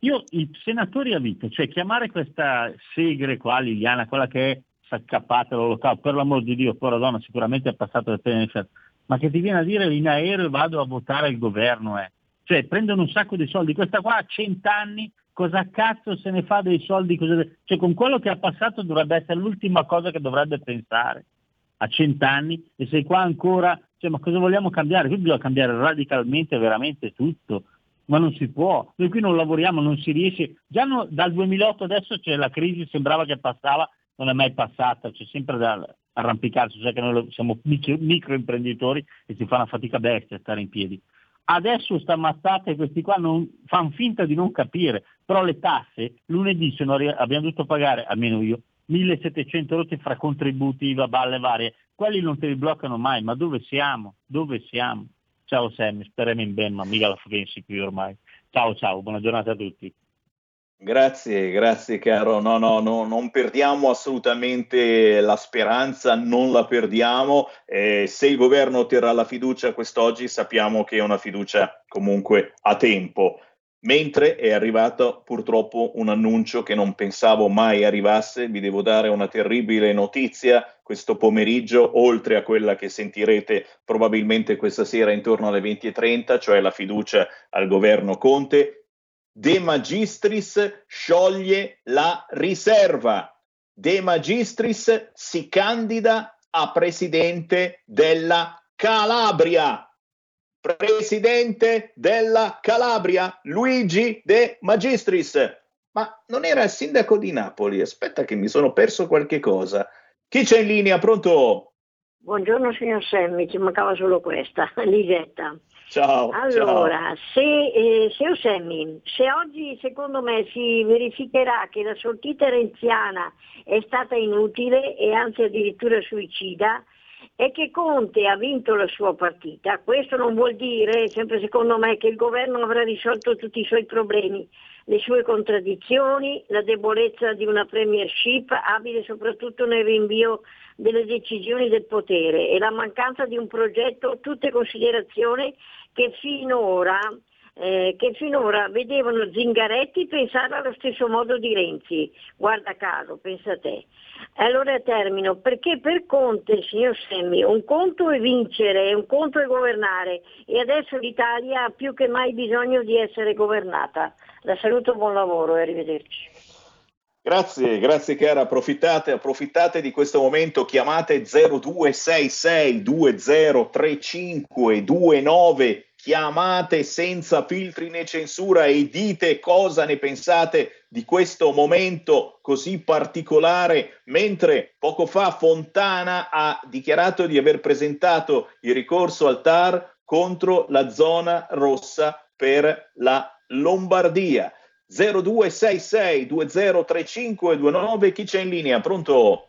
io i senatori a vita, cioè chiamare questa Segre qua, Liliana, quella che è scappata dall'olocausto, per l'amor di Dio, povera donna, sicuramente è passata da pena, ma che ti viene a dire in aereo vado a votare il governo, eh. Cioè prendono un sacco di soldi, questa qua ha cent'anni, cosa cazzo se ne fa dei soldi? Cosa... Cioè con quello che ha passato dovrebbe essere l'ultima cosa che dovrebbe pensare, a cent'anni, e sei qua ancora, cioè ma cosa vogliamo cambiare? Qui bisogna cambiare radicalmente veramente tutto, ma non si può, noi qui non lavoriamo, non si riesce, già no, dal duemilaotto adesso c'è la crisi, sembrava che passava, non è mai passata, c'è sempre da arrampicarsi, cioè che noi siamo micro, microimprenditori e si fa una fatica bestia a stare in piedi. Adesso sta ammazzata e questi qua non, fanno finta di non capire, però le tasse lunedì sono, abbiamo dovuto pagare, almeno io, millesettecento rotti fra contributi, I V A, balle varie, quelli non te li bloccano mai, ma dove siamo? Dove siamo? Ciao Sammy, speriamo in bene, ma mica la pensi qui ormai. Ciao ciao, buona giornata a tutti.
Grazie, grazie caro. No, no, no, non perdiamo assolutamente la speranza, non la perdiamo. Eh, se il governo terrà la fiducia quest'oggi, sappiamo che è una fiducia comunque a tempo. Mentre è arrivato purtroppo un annuncio che non pensavo mai arrivasse, vi devo dare una terribile notizia questo pomeriggio, oltre a quella che sentirete probabilmente questa sera intorno alle venti e trenta, cioè la fiducia al governo Conte. De Magistris scioglie la riserva. De Magistris si candida a presidente della Calabria. Presidente della Calabria, Luigi De Magistris. Ma non era il sindaco di Napoli? Aspetta che mi sono perso qualche cosa. Chi c'è in linea? Pronto?
Buongiorno signor Semmi, ci mancava solo questa, Lisetta.
Ciao.
Allora,
ciao.
se eh, signor Semmi, se oggi secondo me si verificherà che la sortita renziana è stata inutile e anzi addirittura suicida, e che Conte ha vinto la sua partita, questo non vuol dire, sempre secondo me, che il governo avrà risolto tutti i suoi problemi, le sue contraddizioni, la debolezza di una premiership abile soprattutto nel rinvio delle decisioni del potere e la mancanza di un progetto, tutte considerazioni che finora, eh, che finora vedevano Zingaretti pensare allo stesso modo di Renzi, guarda caso, pensa te. Allora termino, perché per Conte, signor Semmi, un conto è vincere, un conto è governare e adesso l'Italia ha più che mai bisogno di essere governata. La saluto, buon lavoro e arrivederci.
Grazie, grazie cara, approfittate, approfittate di questo momento, chiamate zero due sei sei due zero tre cinque due nove, chiamate senza filtri né censura e dite cosa ne pensate di questo momento così particolare, mentre poco fa Fontana ha dichiarato di aver presentato il ricorso al T A R contro la zona rossa per la Lombardia. zero due sei sei due zero tre cinque due nove, chi c'è in linea? Pronto?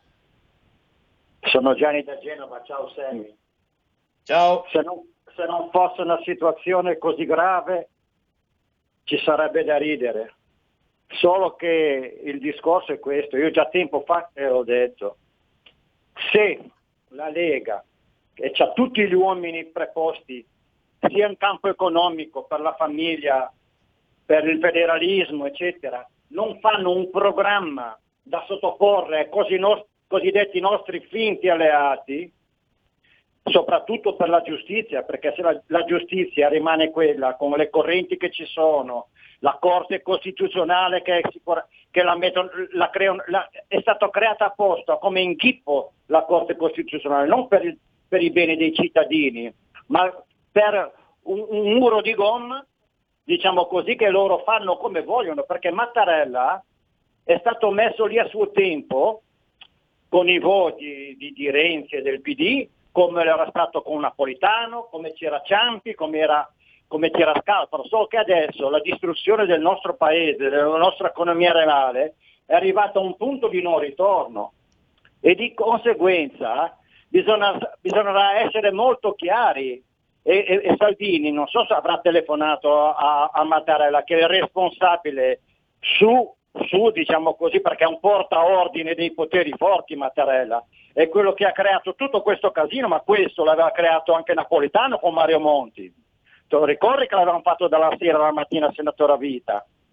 Sono Gianni da Genova, ciao Sammy.
Ciao.
Se non, se non fosse una situazione così grave ci sarebbe da ridere, solo che il discorso è questo, io già tempo fa te l'ho detto, se la Lega, che ha tutti gli uomini preposti sia in campo economico, per la famiglia, per il federalismo, eccetera, non fanno un programma da sottoporre ai così no- cosiddetti nostri finti alleati, soprattutto per la giustizia, perché se la, la giustizia rimane quella, con le correnti che ci sono, la Corte Costituzionale che, è, sicura, che la mettono, la creano, la, è stata creata apposta come inghippo la Corte Costituzionale, non per, il, per i beni dei cittadini, ma per un, un muro di gomma, diciamo così, che loro fanno come vogliono, perché Mattarella è stato messo lì a suo tempo con i voti di, di Renzi e del P D, come era stato con Napolitano, come c'era Ciampi, come, era, come c'era Scalfaro, solo che adesso la distruzione del nostro paese, della nostra economia reale, è arrivata a un punto di non ritorno e di conseguenza bisogna, bisognerà essere molto chiari. E, e, e Salvini non so se avrà telefonato a, a Mattarella, che è responsabile su, su diciamo così, perché è un portaordine dei poteri forti Mattarella, è quello che ha creato tutto questo casino, ma questo l'aveva creato anche Napolitano con Mario Monti, te lo ricordi che l'avevano fatto dalla sera alla mattina senatore a vita?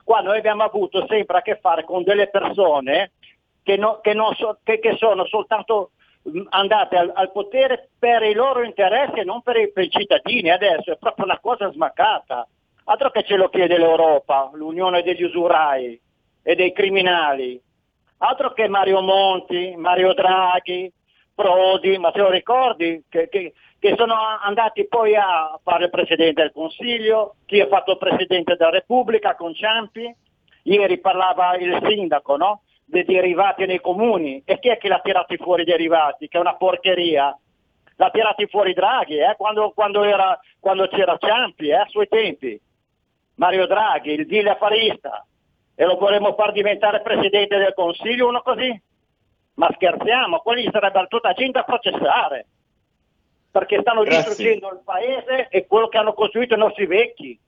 Qua noi abbiamo avuto sempre a che fare con delle persone che, no, che, non so, che, che sono soltanto andate al, al potere per i loro interessi e non per i, per i cittadini. Adesso è proprio una cosa smaccata. Altro che ce lo chiede l'Europa, l'Unione degli usurai e dei criminali. Altro che Mario Monti, Mario Draghi, Prodi, ma te lo ricordi? Che, che, che sono andati poi a fare il Presidente del Consiglio, chi ha fatto il Presidente della Repubblica con Ciampi. Ieri parlava il sindaco, no? Dei derivati nei comuni. E chi è che l'ha tirati fuori i derivati? Che è una porcheria. L'ha tirati fuori Draghi, eh? quando, quando, era, quando c'era Ciampi, eh? a suoi tempi. Mario Draghi, il deal affarista. E lo vorremmo far diventare Presidente del Consiglio, uno così? Ma scherziamo, quelli sarebbero tutta gente a processare. Perché stanno
Grazie.
distruggendo il paese e quello che hanno costruito i nostri vecchi.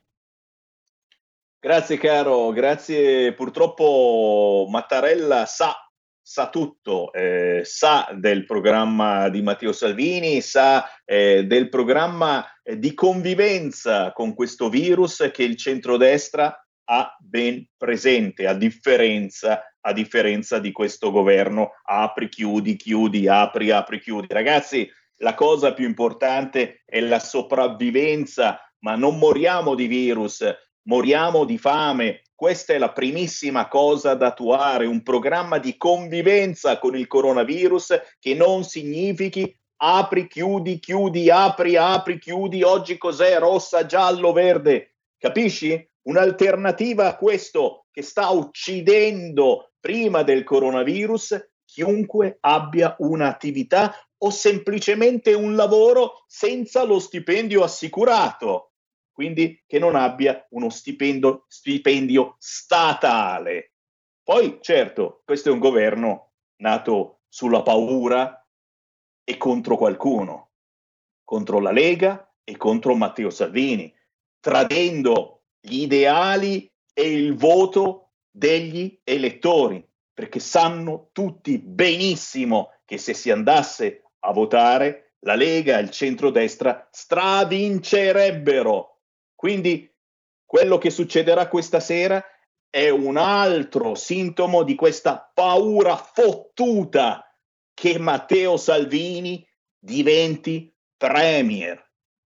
Grazie caro, grazie. Purtroppo Mattarella sa, sa tutto, eh, sa del programma di Matteo Salvini, sa eh, del programma eh, di convivenza con questo virus che il centrodestra ha ben presente, a differenza, a differenza di questo governo apri, chiudi, chiudi, apri, apri, chiudi. Ragazzi, la cosa più importante è la sopravvivenza, ma non moriamo di virus, moriamo di fame. Questa è la primissima cosa da attuare, un programma di convivenza con il coronavirus che non significhi apri, chiudi, chiudi, apri, apri, chiudi. Oggi cos'è? Rossa, giallo, verde. Capisci? Un'alternativa a questo che sta uccidendo prima del coronavirus chiunque abbia un'attività o semplicemente un lavoro senza lo stipendio assicurato, quindi che non abbia uno stipendio, stipendio statale. Poi certo, questo è un governo nato sulla paura e contro qualcuno, contro la Lega e contro Matteo Salvini, tradendo gli ideali e il voto degli elettori, perché sanno tutti benissimo che se si andasse a votare la Lega e il centrodestra stravincerebbero. Quindi quello che succederà questa sera è un altro sintomo di questa paura fottuta che Matteo Salvini diventi premier.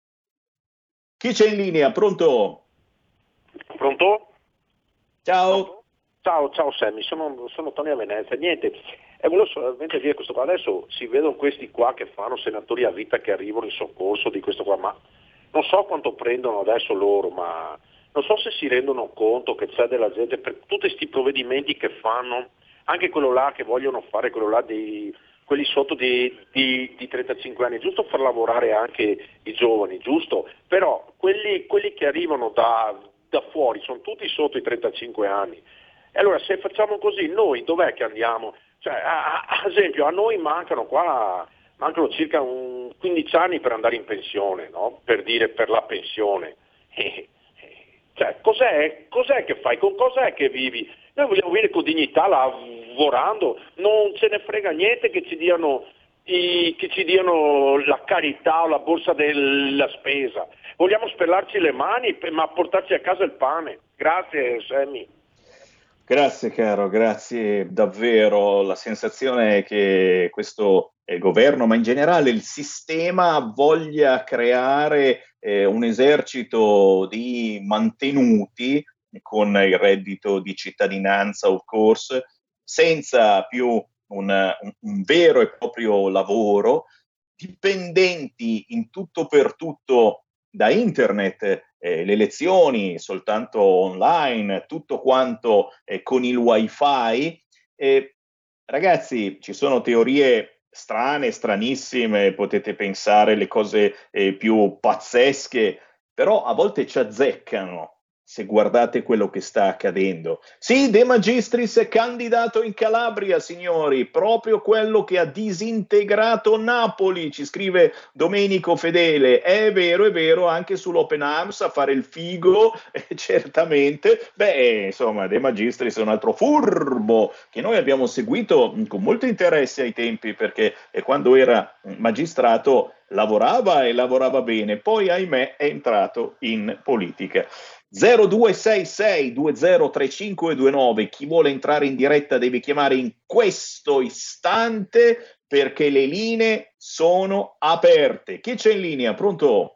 Chi c'è in linea? Pronto?
Pronto?
Ciao.
Ciao, ciao Sammy, sono, sono Tony a Venezia. Niente, e volevo solamente dire questo qua. Adesso si vedono questi qua che fanno senatori a vita che arrivano in soccorso di questo qua, ma non so quanto prendono adesso loro, ma non so se si rendono conto che c'è della gente per tutti questi provvedimenti che fanno, anche quello là che vogliono fare, quello là dei quelli sotto di, di, di trentacinque anni, giusto far lavorare anche i giovani, giusto? Però quelli, quelli che arrivano da, da fuori sono tutti sotto i trentacinque anni. E allora se facciamo così, noi dov'è che andiamo? Cioè, a, a esempio, a noi mancano qua, mancano circa un quindici anni per andare in pensione, no? Per dire, per la pensione. Eh, cioè, cos'è, cos'è che fai? Con cos'è che vivi? Noi vogliamo vivere con dignità lavorando, non ce ne frega niente che ci diano, i, che ci diano la carità o la borsa della spesa. Vogliamo spellarci le mani, ma portarci a casa il pane. Grazie Sammy.
Grazie caro, grazie davvero. La sensazione è che questo eh, governo, ma in generale il sistema, voglia creare eh, un esercito di mantenuti con il reddito di cittadinanza, of course, senza più un, un, un vero e proprio lavoro, dipendenti in tutto per tutto da internet, eh, le lezioni soltanto online, tutto quanto eh, con il wifi. Eh, ragazzi, ci sono teorie strane, stranissime, potete pensare le cose eh, più pazzesche, però a volte ci azzeccano. Se guardate quello che sta accadendo. Sì, De Magistris è candidato in Calabria, signori, proprio quello che ha disintegrato Napoli, ci scrive Domenico Fedele. È vero, è vero, anche sull'Open Arms a fare il figo, eh, certamente. Beh, insomma, De Magistris è un altro furbo che noi abbiamo seguito con molto interesse ai tempi, perché eh, quando era magistrato lavorava e lavorava bene, poi ahimè è entrato in politica. zero due sei sei due zero tre cinque due nove, chi vuole entrare in diretta deve chiamare in questo istante perché le linee sono aperte. Chi c'è in linea? Pronto?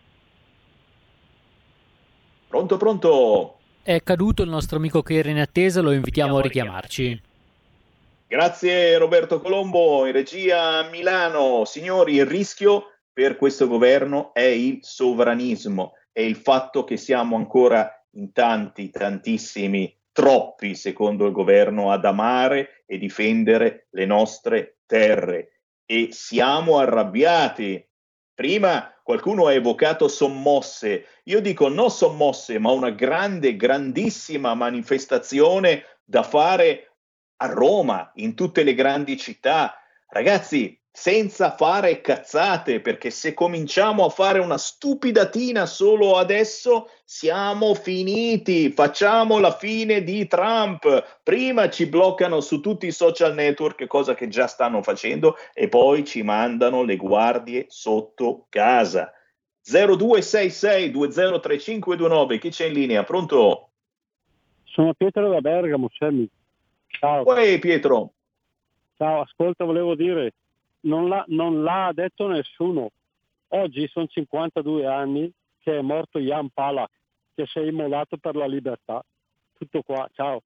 Pronto, pronto?
È caduto il nostro amico che era in attesa, lo invitiamo a richiamarci.
Grazie Roberto Colombo, in regia a Milano. Signori, il rischio per questo governo è il sovranismo, è il fatto che siamo ancora in tanti, tantissimi, troppi, secondo il governo, ad amare e difendere le nostre terre. E siamo arrabbiati. Prima qualcuno ha evocato sommosse. Io dico non sommosse, ma una grande, grandissima manifestazione da fare a Roma, in tutte le grandi città. Ragazzi, senza fare cazzate, perché se cominciamo a fare una stupidatina solo adesso siamo finiti, facciamo la fine di Trump. Prima ci bloccano su tutti i social network, cosa che già stanno facendo, e poi ci mandano le guardie sotto casa. zero due sei sei due zero tre cinque due nove, chi c'è in linea? Pronto?
Sono Pietro da Bergamo, Semmi. Ciao.
Uè, Pietro.
Ciao, ascolta, volevo dire, non l'ha, non l'ha detto nessuno. Oggi sono cinquantadue anni che è morto Jan Palach, che si è immolato per la libertà. Tutto qua, ciao.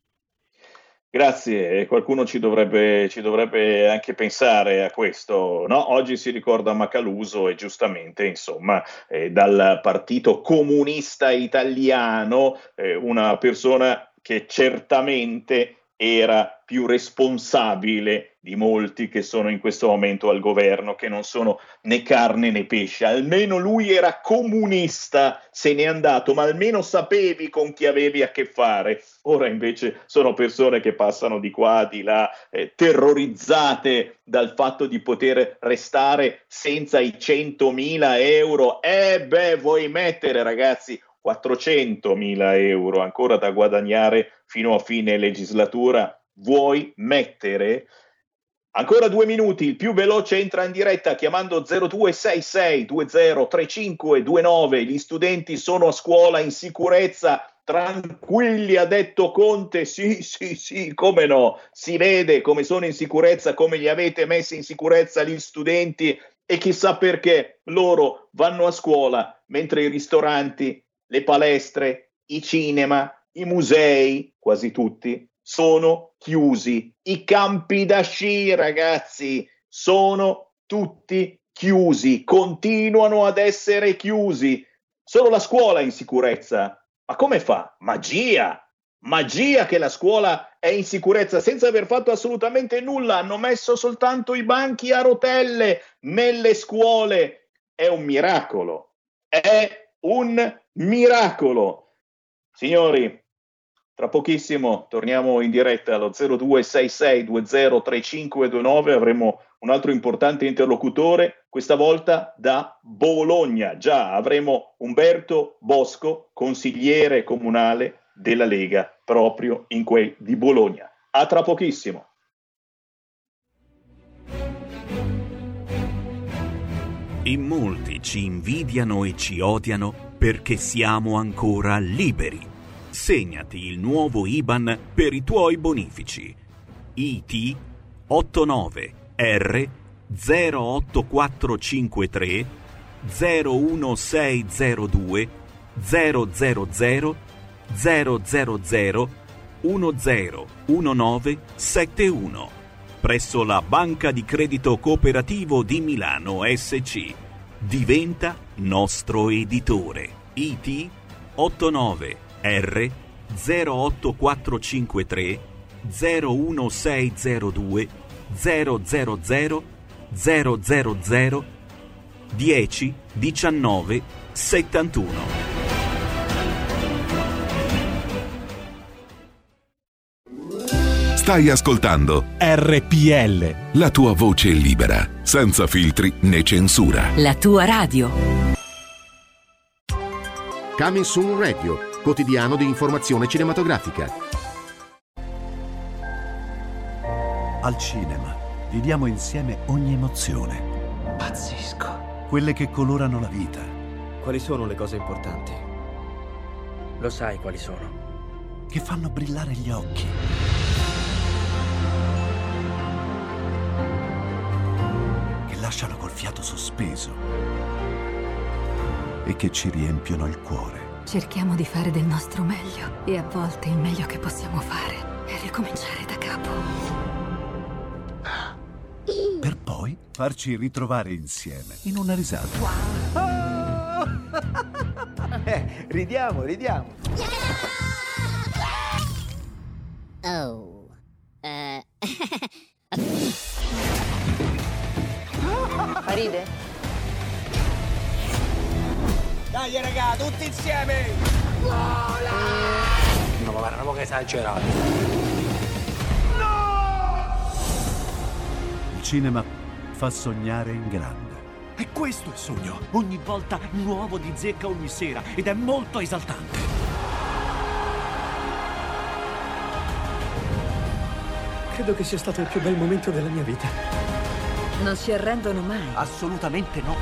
Grazie, qualcuno ci dovrebbe, ci dovrebbe anche pensare a questo, no? Oggi si ricorda Macaluso e giustamente, insomma, eh, dal Partito Comunista Italiano, eh, una persona che certamente era più responsabile di molti che sono in questo momento al governo, che non sono né carne né pesce. Almeno lui era comunista, se n'è andato, ma almeno sapevi con chi avevi a che fare. Ora invece sono persone che passano di qua, di là, eh, terrorizzate dal fatto di poter restare senza i centomila euro. Eh beh, vuoi mettere, ragazzi, quattrocentomila euro ancora da guadagnare fino a fine legislatura? Vuoi mettere? Ancora due minuti, il più veloce entra in diretta chiamando zero due sei sei due zero tre cinque due nove. Gli studenti sono a scuola in sicurezza, tranquilli, ha detto Conte. Sì, sì, sì, come no, si vede come sono in sicurezza, come li avete messi in sicurezza gli studenti, e chissà perché loro vanno a scuola mentre i ristoranti, le palestre, i cinema, i musei, quasi tutti, sono chiusi. I campi da sci, ragazzi, sono tutti chiusi, continuano ad essere chiusi. Solo la scuola è in sicurezza. Ma come fa? Magia! Magia che la scuola è in sicurezza senza aver fatto assolutamente nulla. Hanno messo soltanto i banchi a rotelle nelle scuole. È un miracolo. È un miracolo. Signori, tra pochissimo torniamo in diretta allo zero due sei sei due zero tre cinque due nove. Avremo un altro importante interlocutore, questa volta da Bologna. Già, avremo Umberto Bosco, consigliere comunale della Lega, proprio in quel di Bologna. A tra pochissimo.
In molti ci invidiano e ci odiano perché siamo ancora liberi. Segnati il nuovo I B A N per i tuoi bonifici. I T ottantanove R zero otto quattro cinque tre zero uno sei zero due zero zero zero zero zero zero uno zero uno nove sette uno presso la Banca di Credito Cooperativo di Milano S C. Diventa nostro editore. I T ottantanove R zero otto quattro cinque tre zero uno sei zero due zero zero zero zero zero zero dieci diciannove settantuno.
Stai ascoltando
R P L,
la tua voce libera, senza filtri né censura.
La tua radio.
Coming Soon Radio, quotidiano di informazione cinematografica.
Al cinema viviamo insieme ogni emozione.
Pazzesco.
quelle che colorano la vita.
Quali sono le cose importanti? Lo sai quali sono?
Che fanno brillare gli occhi. Che lasciano col fiato sospeso. E che ci riempiono il cuore.
Cerchiamo di fare del nostro meglio e a volte il meglio che possiamo fare è ricominciare da capo.
Per poi farci ritrovare insieme in una risata.
Eh, ridiamo, ridiamo.
Oh. Eh.
Ride?
Dai raga, tutti insieme! Vola!
No, ma guarda, un po' che esagerato.
Il cinema fa sognare in grande.
E questo è il sogno. Ogni volta nuovo di zecca ogni sera ed è molto esaltante.
Credo che sia stato il più bel momento della mia vita.
Non si arrendono mai.
Assolutamente no.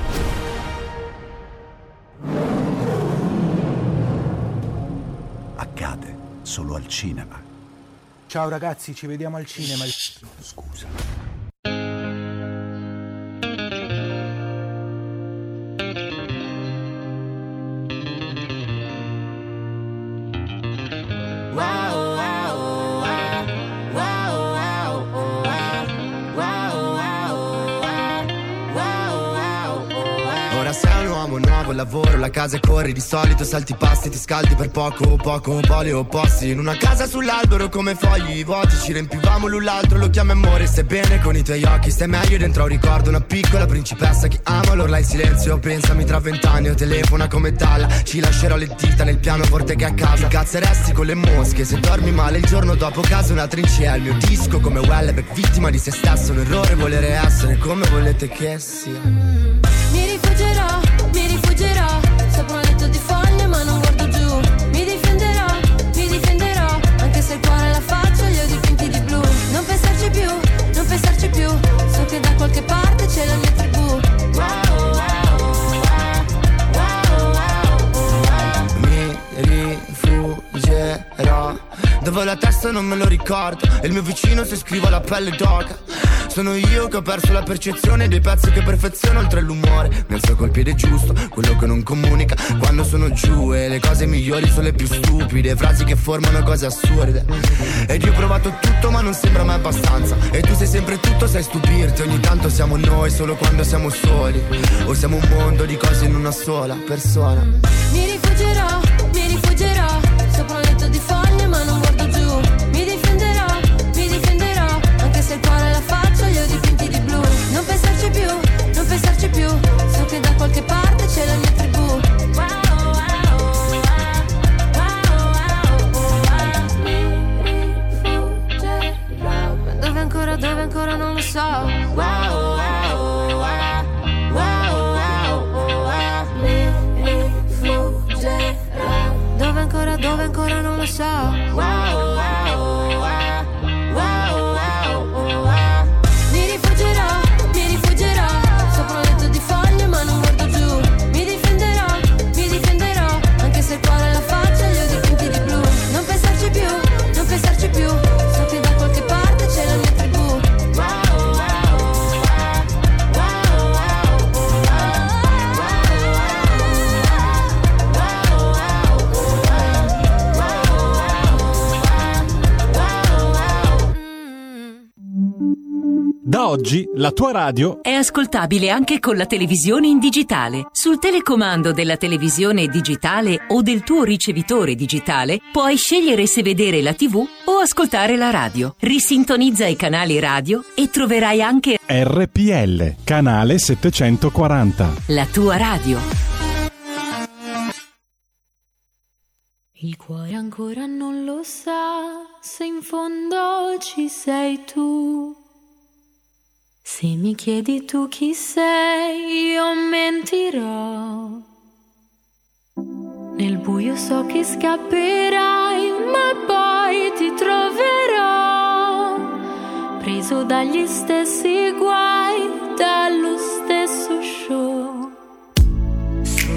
Accade solo al cinema.
Ciao ragazzi, ci vediamo al cinema. Scusa.
Nuovo lavoro, la casa e corri, di solito salti i pasti, ti scaldi per poco, poco, poli opposti. In una casa sull'albero come fogli vuoti, ci riempivamo l'un l'altro, lo chiami amore, stai bene con i tuoi occhi, stai meglio dentro un ricordo, una piccola principessa che ama l'orla in silenzio, pensami tra vent'anni o telefona come Dalla, ci lascerò le dita nel pianoforte che a casa, ti cazzeresti con le mosche, se dormi male il giorno dopo casa una trincea, il mio disco come Wellebeck, vittima di se stesso, un errore volere essere come volete che sia.
Mi rifuggerò, mi rifuggerò sopra un letto di foglie ma non guardo giù. Mi difenderò, mi difenderò anche se il cuore e la faccia li ho dipinti di blu. Non pensarci più, non pensarci più, so che da qualche parte c'è la mia tribù. Wow, wow, wow, wow, wow.
Mi rifuggerò dove ho la testa non me lo ricordo e il mio vicino se scrivo la pelle d'oca. Sono io che ho perso la percezione dei pezzi che perfeziono oltre l'umore. Mi alzo col piede giusto, quello che non comunica quando sono giù. E le cose migliori sono le più stupide, frasi che formano cose assurde. Ed io ho provato tutto ma non sembra mai abbastanza. E tu sei sempre tutto, sai stupirti. Ogni tanto siamo noi solo quando siamo soli. O siamo un mondo di cose in una sola persona.
Mi rifuggerò, mi rifuggerò sopra un letto di foglie ma non guardo giù. Mi difenderò, mi difenderò anche se il cuore e la faccia li ho dipinti di blu. Non pensarci più, non pensarci più, so che da qualche parte c'è la mia tribù. Wow, wow, wow, wow, wow. Mi rifuggerò dove ancora, dove ancora non lo so. Wow, wow, wow, wow, wow. Mi rifuggerò dove ancora, dove ancora non lo so. Wow, wow, wow, wow, wow, wow. Mi rifuggerò, mi rifuggerò sopra un letto di foglie ma non guardo giù. Mi difenderò, mi difenderò anche se il cuore e la faccia li ho dipinti di blu. Non pensarci più, non pensarci più, so che da qualche parte c'è la mia tribù. Wow, wow, wow, wow,
Da oggi la tua radio
è ascoltabile anche con la televisione in digitale. Sul telecomando della televisione digitale o del tuo ricevitore digitale puoi scegliere se vedere la tivù o ascoltare la radio. Risintonizza i canali radio e troverai anche
R P L, canale settecentoquaranta.
La tua radio.
Il cuore ancora non lo sa se in fondo ci sei tu. Se mi chiedi tu chi sei, io mentirò. Nel buio so che scapperai, ma poi ti troverò. Preso dagli stessi guai, dallo stesso show.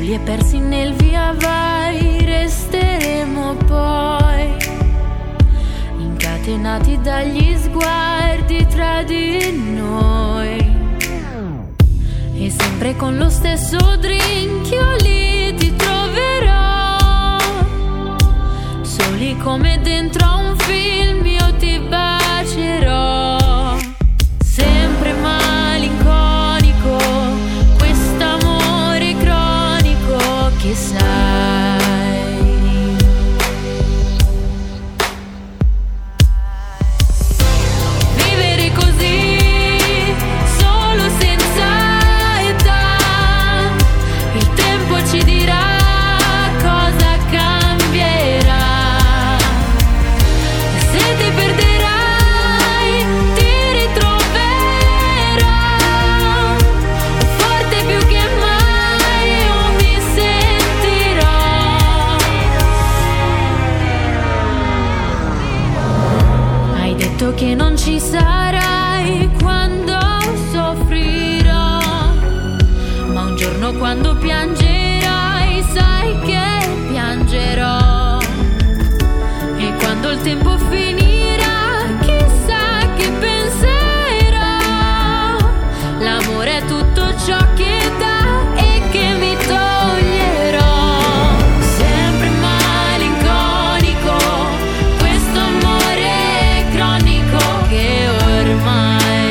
soli e persi nel via vai, resteremo poi incatenati dagli sguardi tra di noi. E sempre con lo stesso drink io lì ti troverò, soli come dentro a un film io ti bacerò. Sempre malinconico, quest'amore cronico che sai. Vivere così, solo senza età, il tempo ci dirà cosa cambierà. Se ti perderai, ti ritroverò, forte più che mai io mi sentirò. Hai detto che non ci sarai quando soffrirò, ma un giorno quando piangerai sai che piangerò. E quando il tempo finirà chissà che penserò. L'amore è tutto ciò che dà e che mi toglierò. Sempre malinconico, questo amore cronico che ormai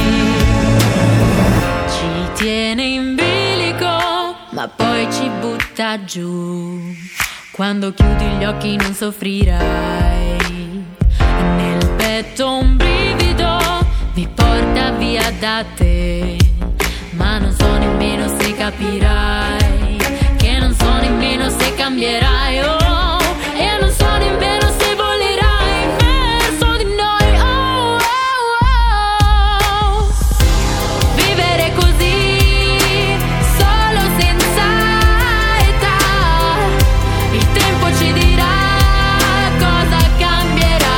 ci tiene in bilico ma poi ci butta giù. Quando chiudi gli occhi non soffrirai, e nel petto un brivido mi porta via da te. Ma non so nemmeno se capirai, che non so nemmeno se cambierai, oh, e non so nemmeno se volerai verso di noi, oh, oh, oh. Vivere così, solo senza età, il tempo ci dirà cosa cambierà.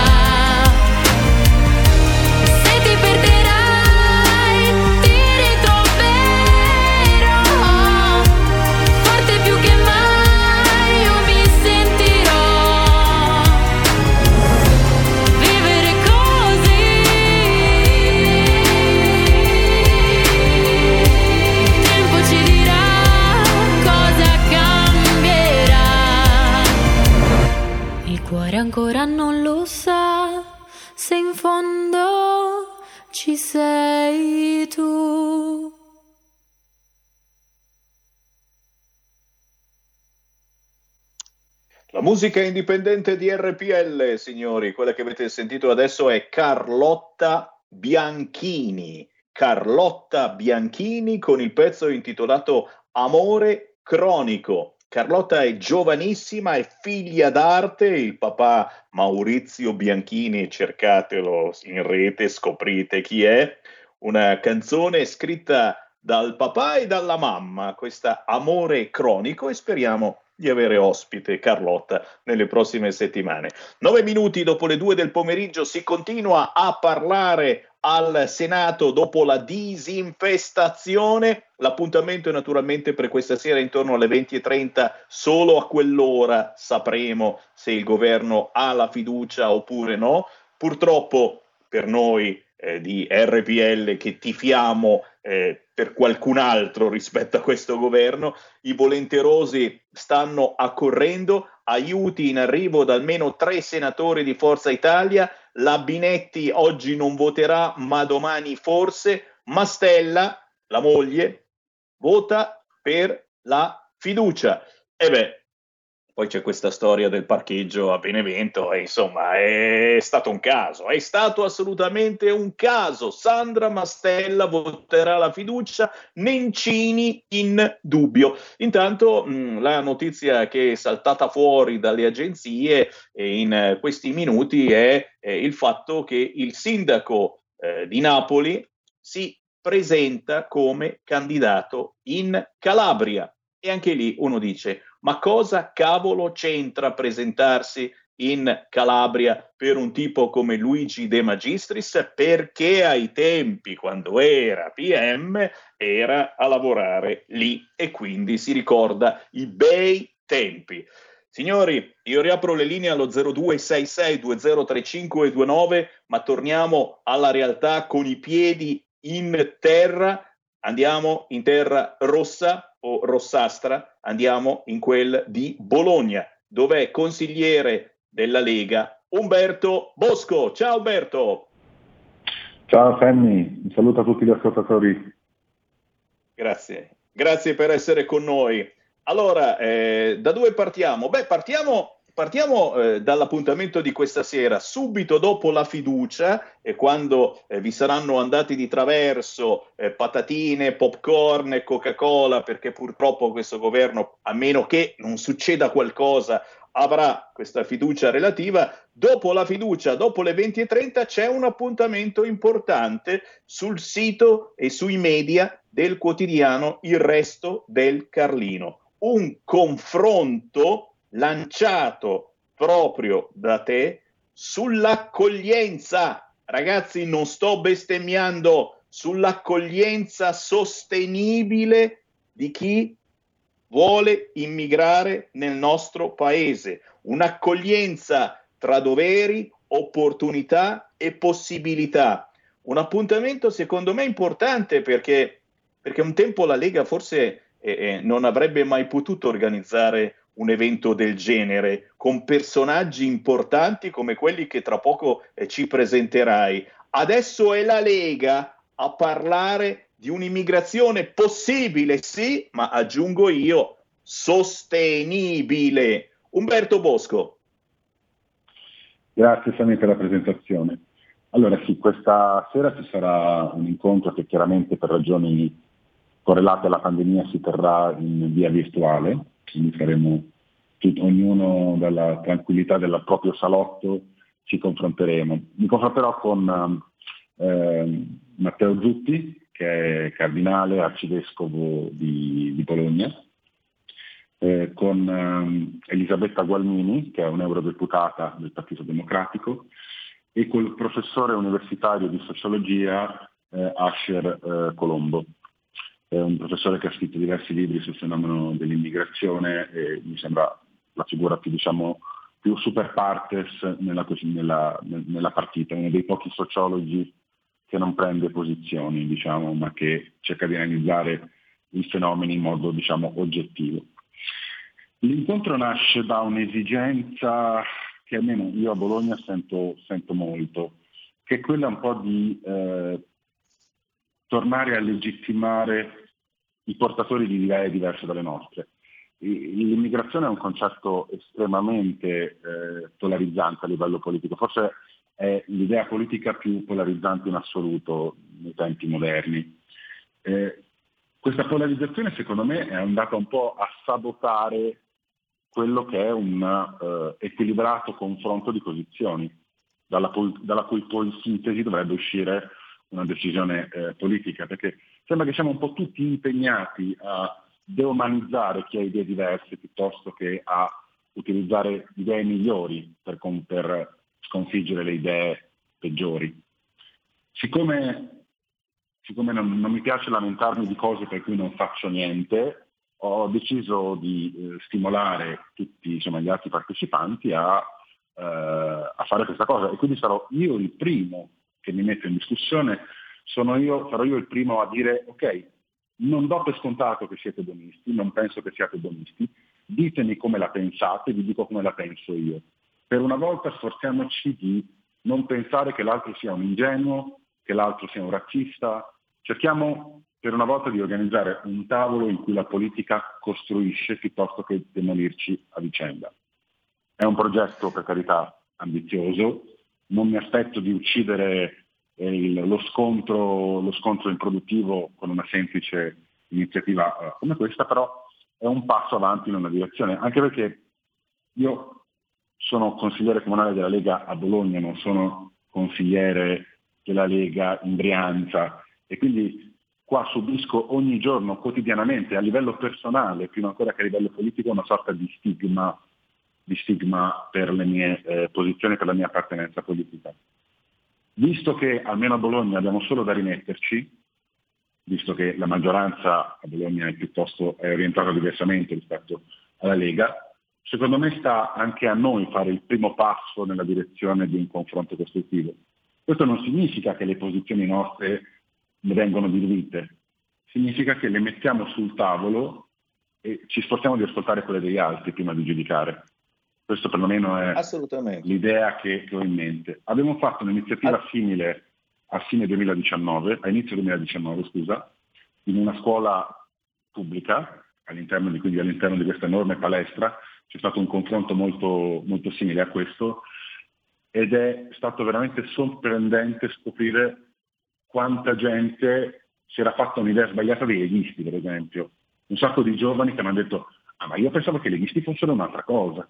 Se ti perderai, ti ritroverò, forte più che mai io mi sentirò. Vivere così, il tempo ci dirà cosa cambierà. Il cuore ancora non lo sa se in fondo ci sei tu.
La musica indipendente di R P L, signori, quella che avete sentito adesso è Carlotta Bianchini. Carlotta Bianchini con il pezzo intitolato Amore cronico. Carlotta è giovanissima, è figlia d'arte, il papà Maurizio Bianchini, cercatelo in rete, scoprite chi è. Una canzone scritta dal papà e dalla mamma, questa Amore cronico, e speriamo di avere ospite Carlotta nelle prossime settimane. Nove minuti dopo le due del pomeriggio si continua a parlare al Senato dopo la disinfestazione. L'appuntamento è naturalmente per questa sera intorno alle venti e trenta, solo a quell'ora sapremo se il governo ha la fiducia oppure no. Purtroppo per noi eh, di R P L che tifiamo eh, per qualcun altro rispetto a questo governo, i volenterosi stanno accorrendo, aiuti in arrivo da almeno tre senatori di Forza Italia. La Binetti oggi non voterà, ma domani forse. Mastella, la moglie, vota per la fiducia. E beh, poi c'è questa storia del parcheggio a Benevento e insomma è stato un caso, è stato assolutamente un caso. Sandra Mastella voterà la fiducia, Nencini in dubbio. Intanto mh, la notizia che è saltata fuori dalle agenzie eh, in questi minuti è eh, il fatto che il sindaco eh, di Napoli si presenta come candidato in Calabria. E anche lì uno dice: ma cosa cavolo c'entra presentarsi in Calabria per un tipo come Luigi De Magistris, perché ai tempi, quando era P M, era a lavorare lì e quindi si ricorda i bei tempi. Signori, io riapro le linee allo zero due sei sei due zero tre cinque due nove, ma torniamo alla realtà con i piedi in terra. Andiamo in terra rossa o rossastra, andiamo in quel di Bologna, dove è consigliere della Lega Umberto Bosco. Ciao Umberto.
Ciao Sammy, un saluto a tutti gli ascoltatori.
Grazie, grazie per essere con noi. Allora, eh, da dove partiamo? Beh, partiamo, partiamo eh, dall'appuntamento di questa sera, subito dopo la fiducia, e quando eh, vi saranno andati di traverso eh, patatine, popcorn e Coca-Cola, perché purtroppo questo governo, a meno che non succeda qualcosa, avrà questa fiducia relativa. Dopo la fiducia, dopo le venti e trenta, c'è un appuntamento importante sul sito e sui media del quotidiano Il Resto del Carlino. Un confronto lanciato proprio da te sull'accoglienza. Ragazzi, non sto bestemmiando, sull'accoglienza sostenibile di chi vuole immigrare nel nostro paese. Un'accoglienza tra doveri, opportunità e possibilità. Un appuntamento secondo me importante perché, perché un tempo la Lega forse eh, non avrebbe mai potuto organizzare un evento del genere con personaggi importanti come quelli che tra poco eh, ci presenterai. Adesso è la Lega a parlare di un'immigrazione possibile, sì, ma aggiungo io, sostenibile. Umberto Bosco.
Grazie Sammy per la presentazione. Allora sì, questa sera ci sarà un incontro che chiaramente per ragioni correlate alla pandemia si terrà in via virtuale, quindi saremo tutti, ognuno dalla tranquillità del proprio salotto, ci confronteremo. Mi confronterò con eh, Matteo Zutti, che è cardinale arcivescovo di, di Bologna, eh, con eh, Elisabetta Gualmini, che è un'eurodeputata del Partito Democratico, e col professore universitario di sociologia eh, Asher eh, Colombo. È un professore che ha scritto diversi libri sul fenomeno dell'immigrazione e mi sembra la figura più, diciamo, più super partes nella, nella, nella partita, uno dei pochi sociologi che non prende posizioni, diciamo, ma che cerca di analizzare i fenomeni in modo, diciamo, oggettivo. L'incontro nasce da un'esigenza che almeno io a Bologna sento, sento molto, che è quella un po' di eh, tornare a legittimare i portatori di idee diverse dalle nostre. L'immigrazione è un concetto estremamente eh, polarizzante a livello politico, forse è l'idea politica più polarizzante in assoluto nei tempi moderni. Eh, questa polarizzazione secondo me è andata un po' a sabotare quello che è un uh, equilibrato confronto di posizioni, dalla, pol- dalla cui poi sintesi dovrebbe uscire una decisione eh, politica, perché sembra che siamo un po' tutti impegnati a deumanizzare chi ha idee diverse piuttosto che a utilizzare idee migliori per, con- per sconfiggere le idee peggiori. Siccome, siccome non, non mi piace lamentarmi di cose per cui non faccio niente, ho deciso di eh, stimolare tutti, insomma, gli altri partecipanti a, eh, a fare questa cosa, e quindi sarò io il primo che mi metto in discussione, sono io, sarò io il primo a dire ok, non do per scontato che siete buonisti, non penso che siate buonisti, ditemi come la pensate, vi dico come la penso io. Per una volta sforziamoci di non pensare che l'altro sia un ingenuo, che l'altro sia un razzista, cerchiamo per una volta di organizzare un tavolo in cui la politica costruisce piuttosto che demolirci a vicenda. È un progetto, per carità, ambizioso, non mi aspetto di uccidere eh, il, lo, scontro, lo scontro improduttivo con una semplice iniziativa eh, come questa, però è un passo avanti in una direzione, anche perché io sono consigliere comunale della Lega a Bologna, non sono consigliere della Lega in Brianza, e quindi qua subisco ogni giorno, quotidianamente, a livello personale, prima ancora che a livello politico, una sorta di stigma di stigma per le mie eh, posizioni, per la mia appartenenza politica. Visto che almeno a Bologna abbiamo solo da rimetterci, visto che la maggioranza a Bologna è piuttosto è orientata diversamente rispetto alla Lega, secondo me sta anche a noi fare il primo passo nella direzione di un confronto costruttivo. Questo non significa che le posizioni nostre ne vengono diluite, significa che le mettiamo sul tavolo e ci sforziamo di ascoltare quelle degli altri prima di giudicare. Questo perlomeno è l'idea che, che ho in mente. Abbiamo fatto un'iniziativa ah. simile a fine duemiladiciannove, a inizio duemiladiciannove, scusa, in una scuola pubblica, all'interno di, quindi all'interno di questa enorme palestra. C'è stato un confronto molto, molto simile a questo ed è stato veramente sorprendente scoprire quanta gente si era fatta un'idea sbagliata dei leghisti, per esempio. Un sacco di giovani che mi hanno detto ah ma io pensavo che i leghisti fossero un'altra cosa.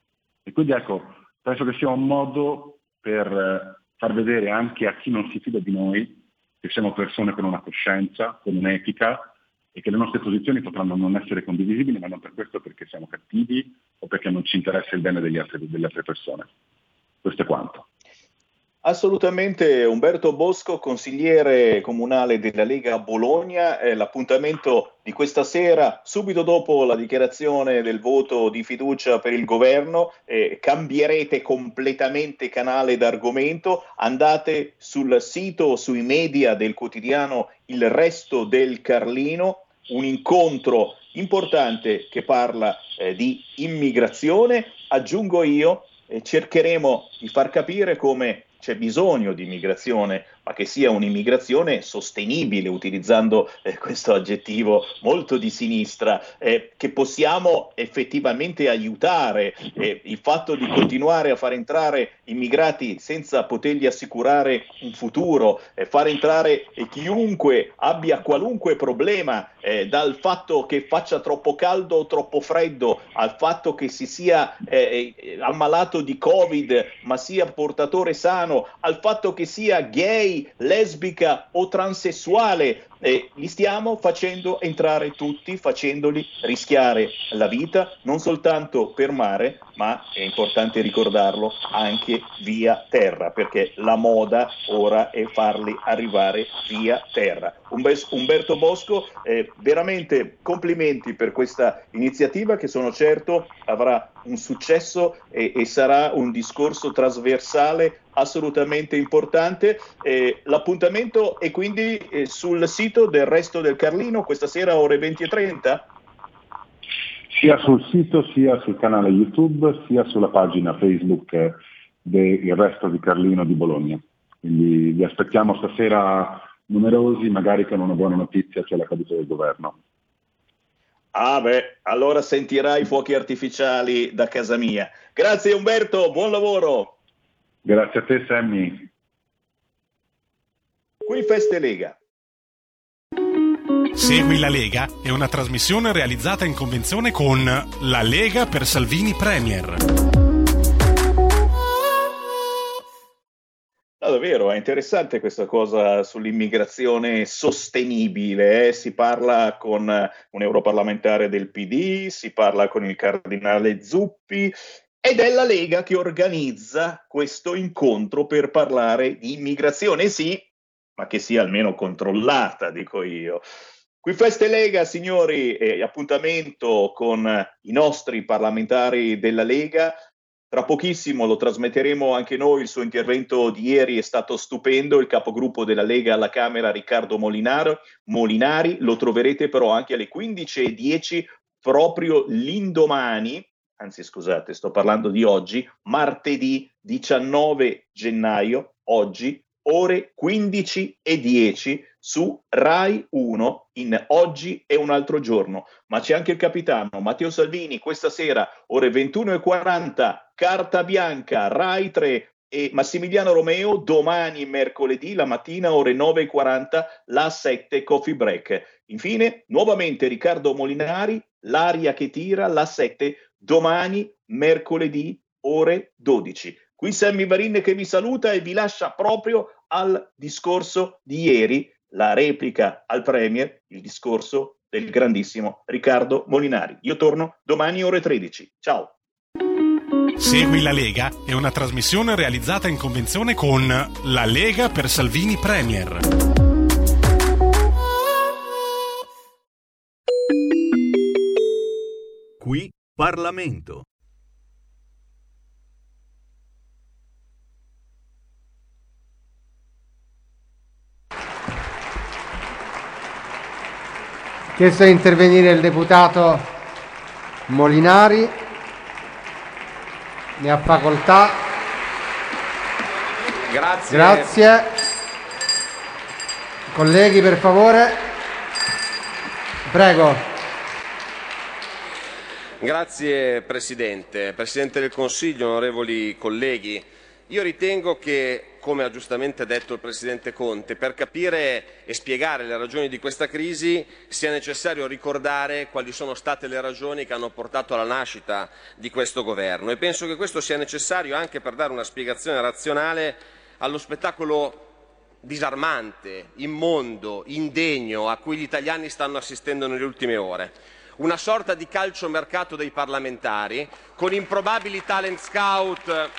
E quindi ecco, penso che sia un modo per far vedere anche a chi non si fida di noi che siamo persone con una coscienza, con un'etica e che le nostre posizioni potranno non essere condivisibili, ma non per questo perché siamo cattivi o perché non ci interessa il bene degli altri, delle altre persone. Questo è quanto.
Assolutamente, Umberto Bosco, consigliere comunale della Lega a Bologna. Eh, l'appuntamento di questa sera, subito dopo la dichiarazione del voto di fiducia per il governo, eh, cambierete completamente canale d'argomento, andate sul sito, sui media del quotidiano Il Resto del Carlino, un incontro importante che parla eh, di immigrazione. Aggiungo io, eh, cercheremo di far capire come c'è bisogno di immigrazione, ma che sia un'immigrazione sostenibile, utilizzando eh, questo aggettivo molto di sinistra, eh, che possiamo effettivamente aiutare. Eh, il fatto di continuare a far entrare immigrati senza potergli assicurare un futuro, eh, far entrare eh, chiunque abbia qualunque problema, eh, dal fatto che faccia troppo caldo o troppo freddo, al fatto che si sia eh, ammalato di Covid ma sia portatore sano, al fatto che sia gay, lesbica o transessuale, eh, li stiamo facendo entrare tutti, facendoli rischiare la vita, non soltanto per mare, ma è importante ricordarlo anche via terra, perché la moda ora è farli arrivare via terra. Umberto Bosco, eh, veramente complimenti per questa iniziativa che sono certo avrà un successo e, e sarà un discorso trasversale assolutamente importante. Eh, l'appuntamento è quindi eh, sul sito del Resto del Carlino questa sera ore venti e trenta?
Sia sul sito, sia sul canale YouTube, sia sulla pagina Facebook del Resto di Carlino di Bologna. Quindi vi aspettiamo stasera numerosi, magari con una buona notizia, cioè la caduta del governo.
Ah beh, allora sentirai fuochi artificiali da casa mia. Grazie Umberto, buon lavoro.
Grazie a te Sammy.
Qui Feste Lega.
Segui la Lega è una trasmissione realizzata in convenzione con La Lega per Salvini Premier.
No, davvero, è interessante questa cosa sull'immigrazione sostenibile. Eh? Si parla con un europarlamentare del P D, si parla con il cardinale Zuppi, ed è la Lega che organizza questo incontro per parlare di immigrazione, sì, ma che sia almeno controllata, dico io. Qui Feste Lega, signori, eh, appuntamento con i nostri parlamentari della Lega. Tra pochissimo lo trasmetteremo anche noi, il suo intervento di ieri è stato stupendo, il capogruppo della Lega alla Camera Riccardo Molinari, Molinari lo troverete però anche alle quindici e dieci proprio l'indomani, anzi scusate, sto parlando di oggi, martedì diciannove gennaio, oggi, ore quindici e dieci su Rai uno in Oggi è un altro giorno. Ma c'è anche il capitano Matteo Salvini questa sera, ore ventuno e quaranta, Carta Bianca, Rai tre, e Massimiliano Romeo domani mercoledì la mattina ore nove e quaranta, la sette Coffee Break. Infine, nuovamente Riccardo Molinari, L'aria che tira, la sette, domani mercoledì ore dodici. Qui Sammy Varin che vi saluta e vi lascia proprio al discorso di ieri, la replica al Premier, il discorso del grandissimo Riccardo Molinari. Io torno domani ore tredici. Ciao.
Segui la Lega è una trasmissione realizzata in convenzione con La Lega per Salvini Premier.
Qui Parlamento.
Chiesto di intervenire il deputato Molinari. Ne ha facoltà.
Grazie.
Grazie. Colleghi, per favore. Prego.
Grazie Presidente. Presidente del Consiglio, onorevoli colleghi, io ritengo che, come ha giustamente detto il Presidente Conte, per capire e spiegare le ragioni di questa crisi sia necessario ricordare quali sono state le ragioni che hanno portato alla nascita di questo Governo, e penso che questo sia necessario anche per dare una spiegazione razionale allo spettacolo disarmante, immondo, indegno a cui gli italiani stanno assistendo nelle ultime ore. Una sorta di calciomercato dei parlamentari con improbabili talent scout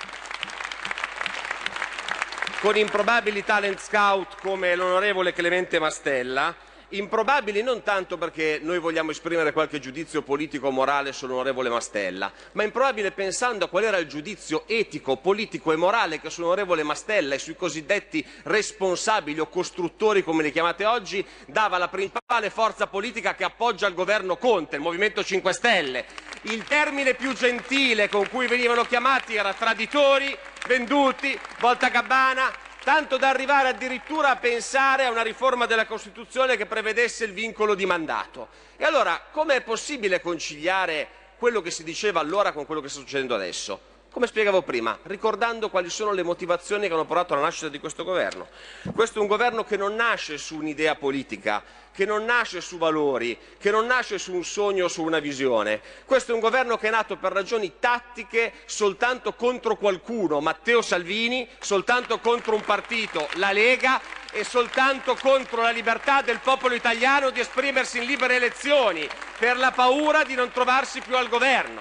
con improbabili talent scout come l'onorevole Clemente Mastella, improbabili non tanto perché noi vogliamo esprimere qualche giudizio politico o morale sull'onorevole Mastella, ma improbabile pensando a qual era il giudizio etico, politico e morale che sull'onorevole Mastella e sui cosiddetti responsabili o costruttori, come li chiamate oggi, dava la principale forza politica che appoggia il governo Conte, il Movimento cinque Stelle. Il termine più gentile con cui venivano chiamati era traditori, venduti, voltagabbana, tanto da arrivare addirittura a pensare a una riforma della Costituzione che prevedesse il vincolo di mandato. E allora, com'è possibile conciliare quello che si diceva allora con quello che sta succedendo adesso? Come spiegavo prima, ricordando quali sono le motivazioni che hanno portato alla nascita di questo governo. Questo è un governo che non nasce su un'idea politica, che non nasce su valori, che non nasce su un sogno o su una visione. Questo è un governo che è nato per ragioni tattiche soltanto contro qualcuno, Matteo Salvini, soltanto contro un partito, la Lega, e soltanto contro la libertà del popolo italiano di esprimersi in libere elezioni, per la paura di non trovarsi più al governo.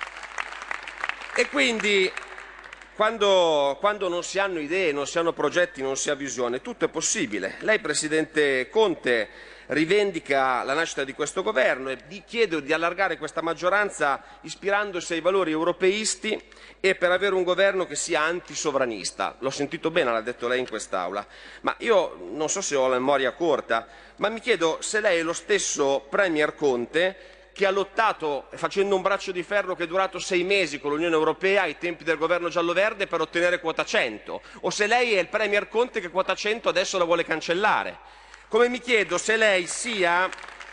E quindi, quando, quando non si hanno idee, non si hanno progetti, non si ha visione, tutto è possibile. Lei, Presidente Conte, rivendica la nascita di questo governo e chiede di allargare questa maggioranza ispirandosi ai valori europeisti e per avere un governo che sia antisovranista. L'ho sentito bene, l'ha detto lei in quest'Aula. Ma io non so se ho la memoria corta, ma mi chiedo se lei è lo stesso Premier Conte che ha lottato facendo un braccio di ferro che è durato sei mesi con l'Unione Europea ai tempi del governo giallo-verde per ottenere quota cento, o se lei è il Premier Conte che quota cento adesso la vuole cancellare. Come mi chiedo se lei sia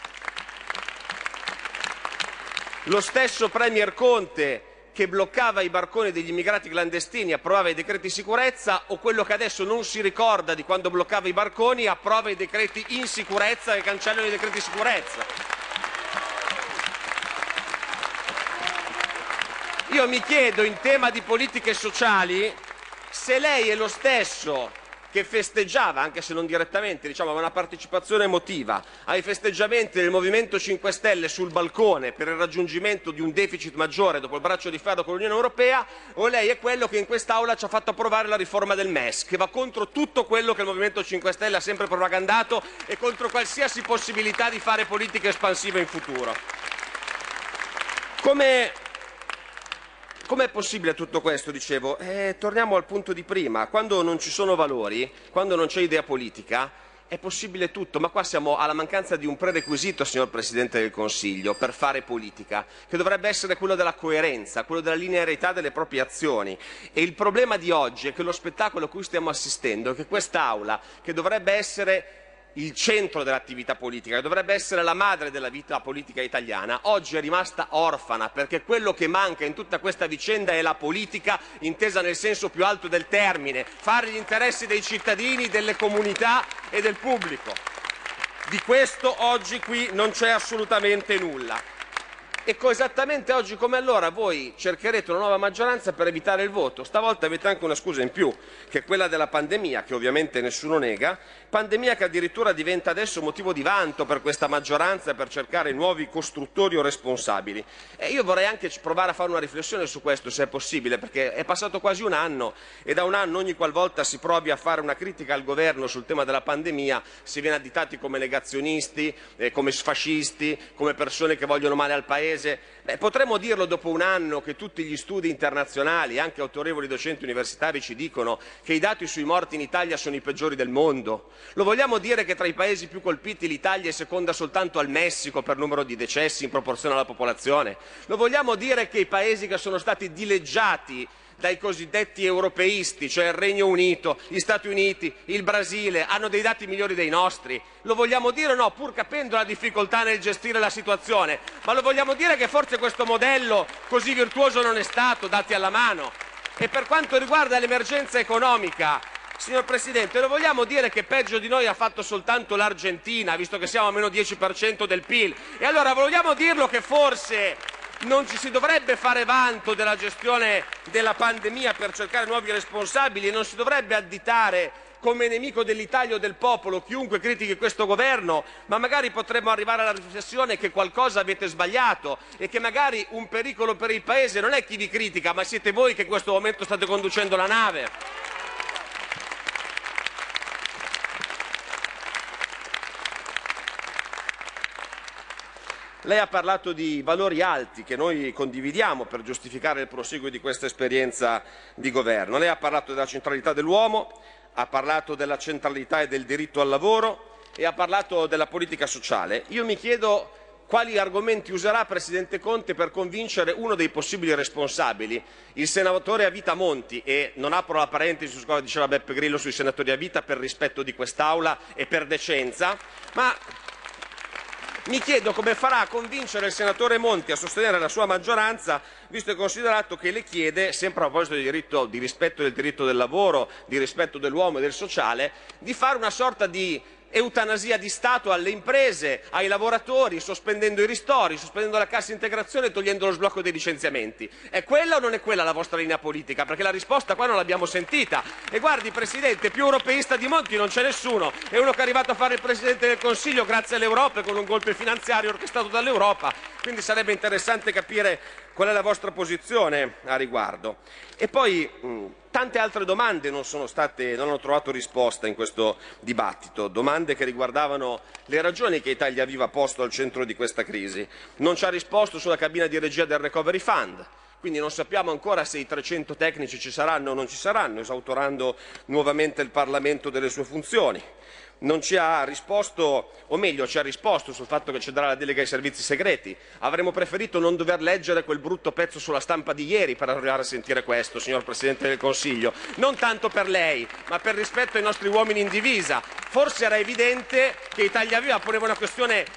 lo stesso Premier Conte che bloccava i barconi degli immigrati clandestini, approvava i decreti sicurezza, o quello che adesso non si ricorda di quando bloccava i barconi, approva i decreti in sicurezza e cancellano i decreti sicurezza. Io mi chiedo, in tema di politiche sociali, se lei è lo stesso che festeggiava, anche se non direttamente, diciamo, ma una partecipazione emotiva ai festeggiamenti del Movimento cinque Stelle sul balcone per il raggiungimento di un deficit maggiore dopo il braccio di ferro con l'Unione Europea, o lei è quello che in quest'Aula ci ha fatto approvare la riforma del M E S, che va contro tutto quello che il Movimento cinque Stelle ha sempre propagandato e contro qualsiasi possibilità di fare politiche espansive in futuro. Come Com'è possibile tutto questo, dicevo? Eh, torniamo al punto di prima. Quando non ci sono valori, quando non c'è idea politica, è possibile tutto, ma qua siamo alla mancanza di un prerequisito, signor Presidente del Consiglio, per fare politica, che dovrebbe essere quello della coerenza, quello della linearità delle proprie azioni. E il problema di oggi è che lo spettacolo a cui stiamo assistendo è che quest'Aula, che dovrebbe essere il centro dell'attività politica, che dovrebbe essere la madre della vita politica italiana, oggi è rimasta orfana, perché quello che manca in tutta questa vicenda è la politica intesa nel senso più alto del termine, fare gli interessi dei cittadini, delle comunità e del pubblico. Di questo oggi qui non c'è assolutamente nulla. E esattamente oggi come allora voi cercherete una nuova maggioranza per evitare il voto. Stavolta avete anche una scusa in più, che è quella della pandemia, che ovviamente nessuno nega, pandemia che addirittura diventa adesso motivo di vanto per questa maggioranza per cercare nuovi costruttori o responsabili. E io vorrei anche provare a fare una riflessione su questo, se è possibile, perché è passato quasi un anno e da un anno ogni qualvolta si provi a fare una critica al governo sul tema della pandemia si viene additati come negazionisti, eh, come fascisti, come persone che vogliono male al paese. Beh, potremmo dirlo dopo un anno che tutti gli studi internazionali, anche autorevoli docenti universitari, ci dicono che i dati sui morti in Italia sono i peggiori del mondo? Lo vogliamo dire che tra i paesi più colpiti l'Italia è seconda soltanto al Messico per numero di decessi in proporzione alla popolazione? Lo vogliamo dire che i paesi che sono stati dileggiati dai cosiddetti europeisti, cioè il Regno Unito, gli Stati Uniti, il Brasile, hanno dei dati migliori dei nostri? Lo vogliamo dire o no, pur capendo la difficoltà nel gestire la situazione? Ma lo vogliamo dire che forse questo modello così virtuoso non è stato, dati alla mano? E per quanto riguarda l'emergenza economica, signor Presidente, lo vogliamo dire che peggio di noi ha fatto soltanto l'Argentina, visto che siamo a meno dieci per cento del P I L? E allora vogliamo dirlo che forse non ci si dovrebbe fare vanto della gestione della pandemia per cercare nuovi responsabili e non si dovrebbe additare come nemico dell'Italia o del popolo chiunque critichi questo governo, ma magari potremmo arrivare alla riflessione che qualcosa avete sbagliato e che magari un pericolo per il Paese non è chi vi critica, ma siete voi che in questo momento state conducendo la nave. Lei ha parlato di valori alti che noi condividiamo per giustificare il proseguo di questa esperienza di governo. Lei ha parlato della centralità dell'uomo, ha parlato della centralità e del diritto al lavoro e ha parlato della politica sociale. Io mi chiedo quali argomenti userà Presidente Conte per convincere uno dei possibili responsabili, il senatore a vita Monti, e non apro la parentesi su cosa diceva Beppe Grillo sui senatori a vita per rispetto di quest'Aula e per decenza, ma mi chiedo come farà a convincere il senatore Monti a sostenere la sua maggioranza, visto e considerato che le chiede, sempre a proposito di, diritto, di rispetto del diritto del lavoro, di rispetto dell'uomo e del sociale, di fare una sorta di eutanasia di Stato alle imprese, ai lavoratori, sospendendo i ristori, sospendendo la cassa integrazione e togliendo lo sblocco dei licenziamenti. È quella o non è quella la vostra linea politica? Perché la risposta qua non l'abbiamo sentita. E guardi, Presidente, più europeista di Monti non c'è nessuno. È uno che è arrivato a fare il Presidente del Consiglio grazie all'Europa e con un golpe finanziario orchestrato dall'Europa. Quindi sarebbe interessante capire qual è la vostra posizione a riguardo. E poi mh, tante altre domande non sono state, non hanno trovato risposta in questo dibattito, domande che riguardavano le ragioni che Italia Viva ha posto al centro di questa crisi. Non ci ha risposto sulla cabina di regia del Recovery Fund, quindi non sappiamo ancora se i trecento tecnici ci saranno o non ci saranno, esautorando nuovamente il Parlamento delle sue funzioni. Non ci ha risposto, o meglio ci ha risposto sul fatto che ci darà la delega ai servizi segreti. Avremmo preferito non dover leggere quel brutto pezzo sulla stampa di ieri per arrivare a sentire questo, signor Presidente del Consiglio. Non tanto per lei, ma per rispetto ai nostri uomini in divisa. Forse era evidente che Italia Viva poneva una questione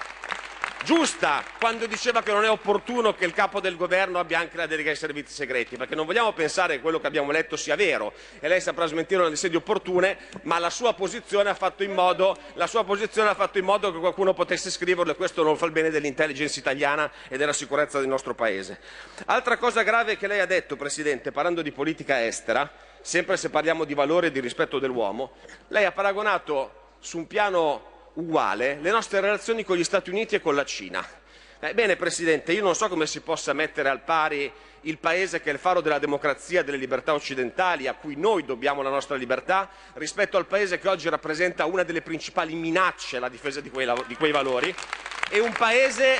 giusta quando diceva che non è opportuno che il capo del governo abbia anche la delega ai servizi segreti, perché non vogliamo pensare che quello che abbiamo letto sia vero e lei saprà smentirlo nelle sedi opportune, ma la sua posizione ha fatto in modo, la sua posizione ha fatto in modo che qualcuno potesse scriverlo e questo non fa il bene dell'intelligence italiana e della sicurezza del nostro Paese. Altra cosa grave che lei ha detto, Presidente, parlando di politica estera, sempre se parliamo di valore e di rispetto dell'uomo, lei ha paragonato su un piano uguale le nostre relazioni con gli Stati Uniti e con la Cina. Ebbene, Presidente, io non so come si possa mettere al pari il Paese che è il faro della democrazia e delle libertà occidentali, a cui noi dobbiamo la nostra libertà, rispetto al Paese che oggi rappresenta una delle principali minacce alla difesa di quei, di quei valori, e un Paese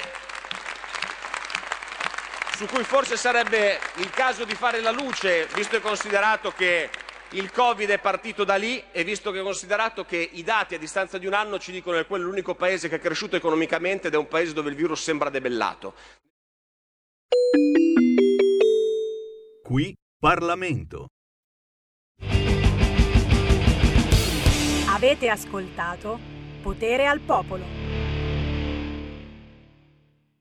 su cui forse sarebbe il caso di fare la luce, visto e considerato che il Covid è partito da lì e visto che è considerato che i dati a distanza di un anno ci dicono che quello è l'unico paese che è cresciuto economicamente ed è un paese dove il virus sembra debellato.
Qui Parlamento.
Avete ascoltato Potere al Popolo.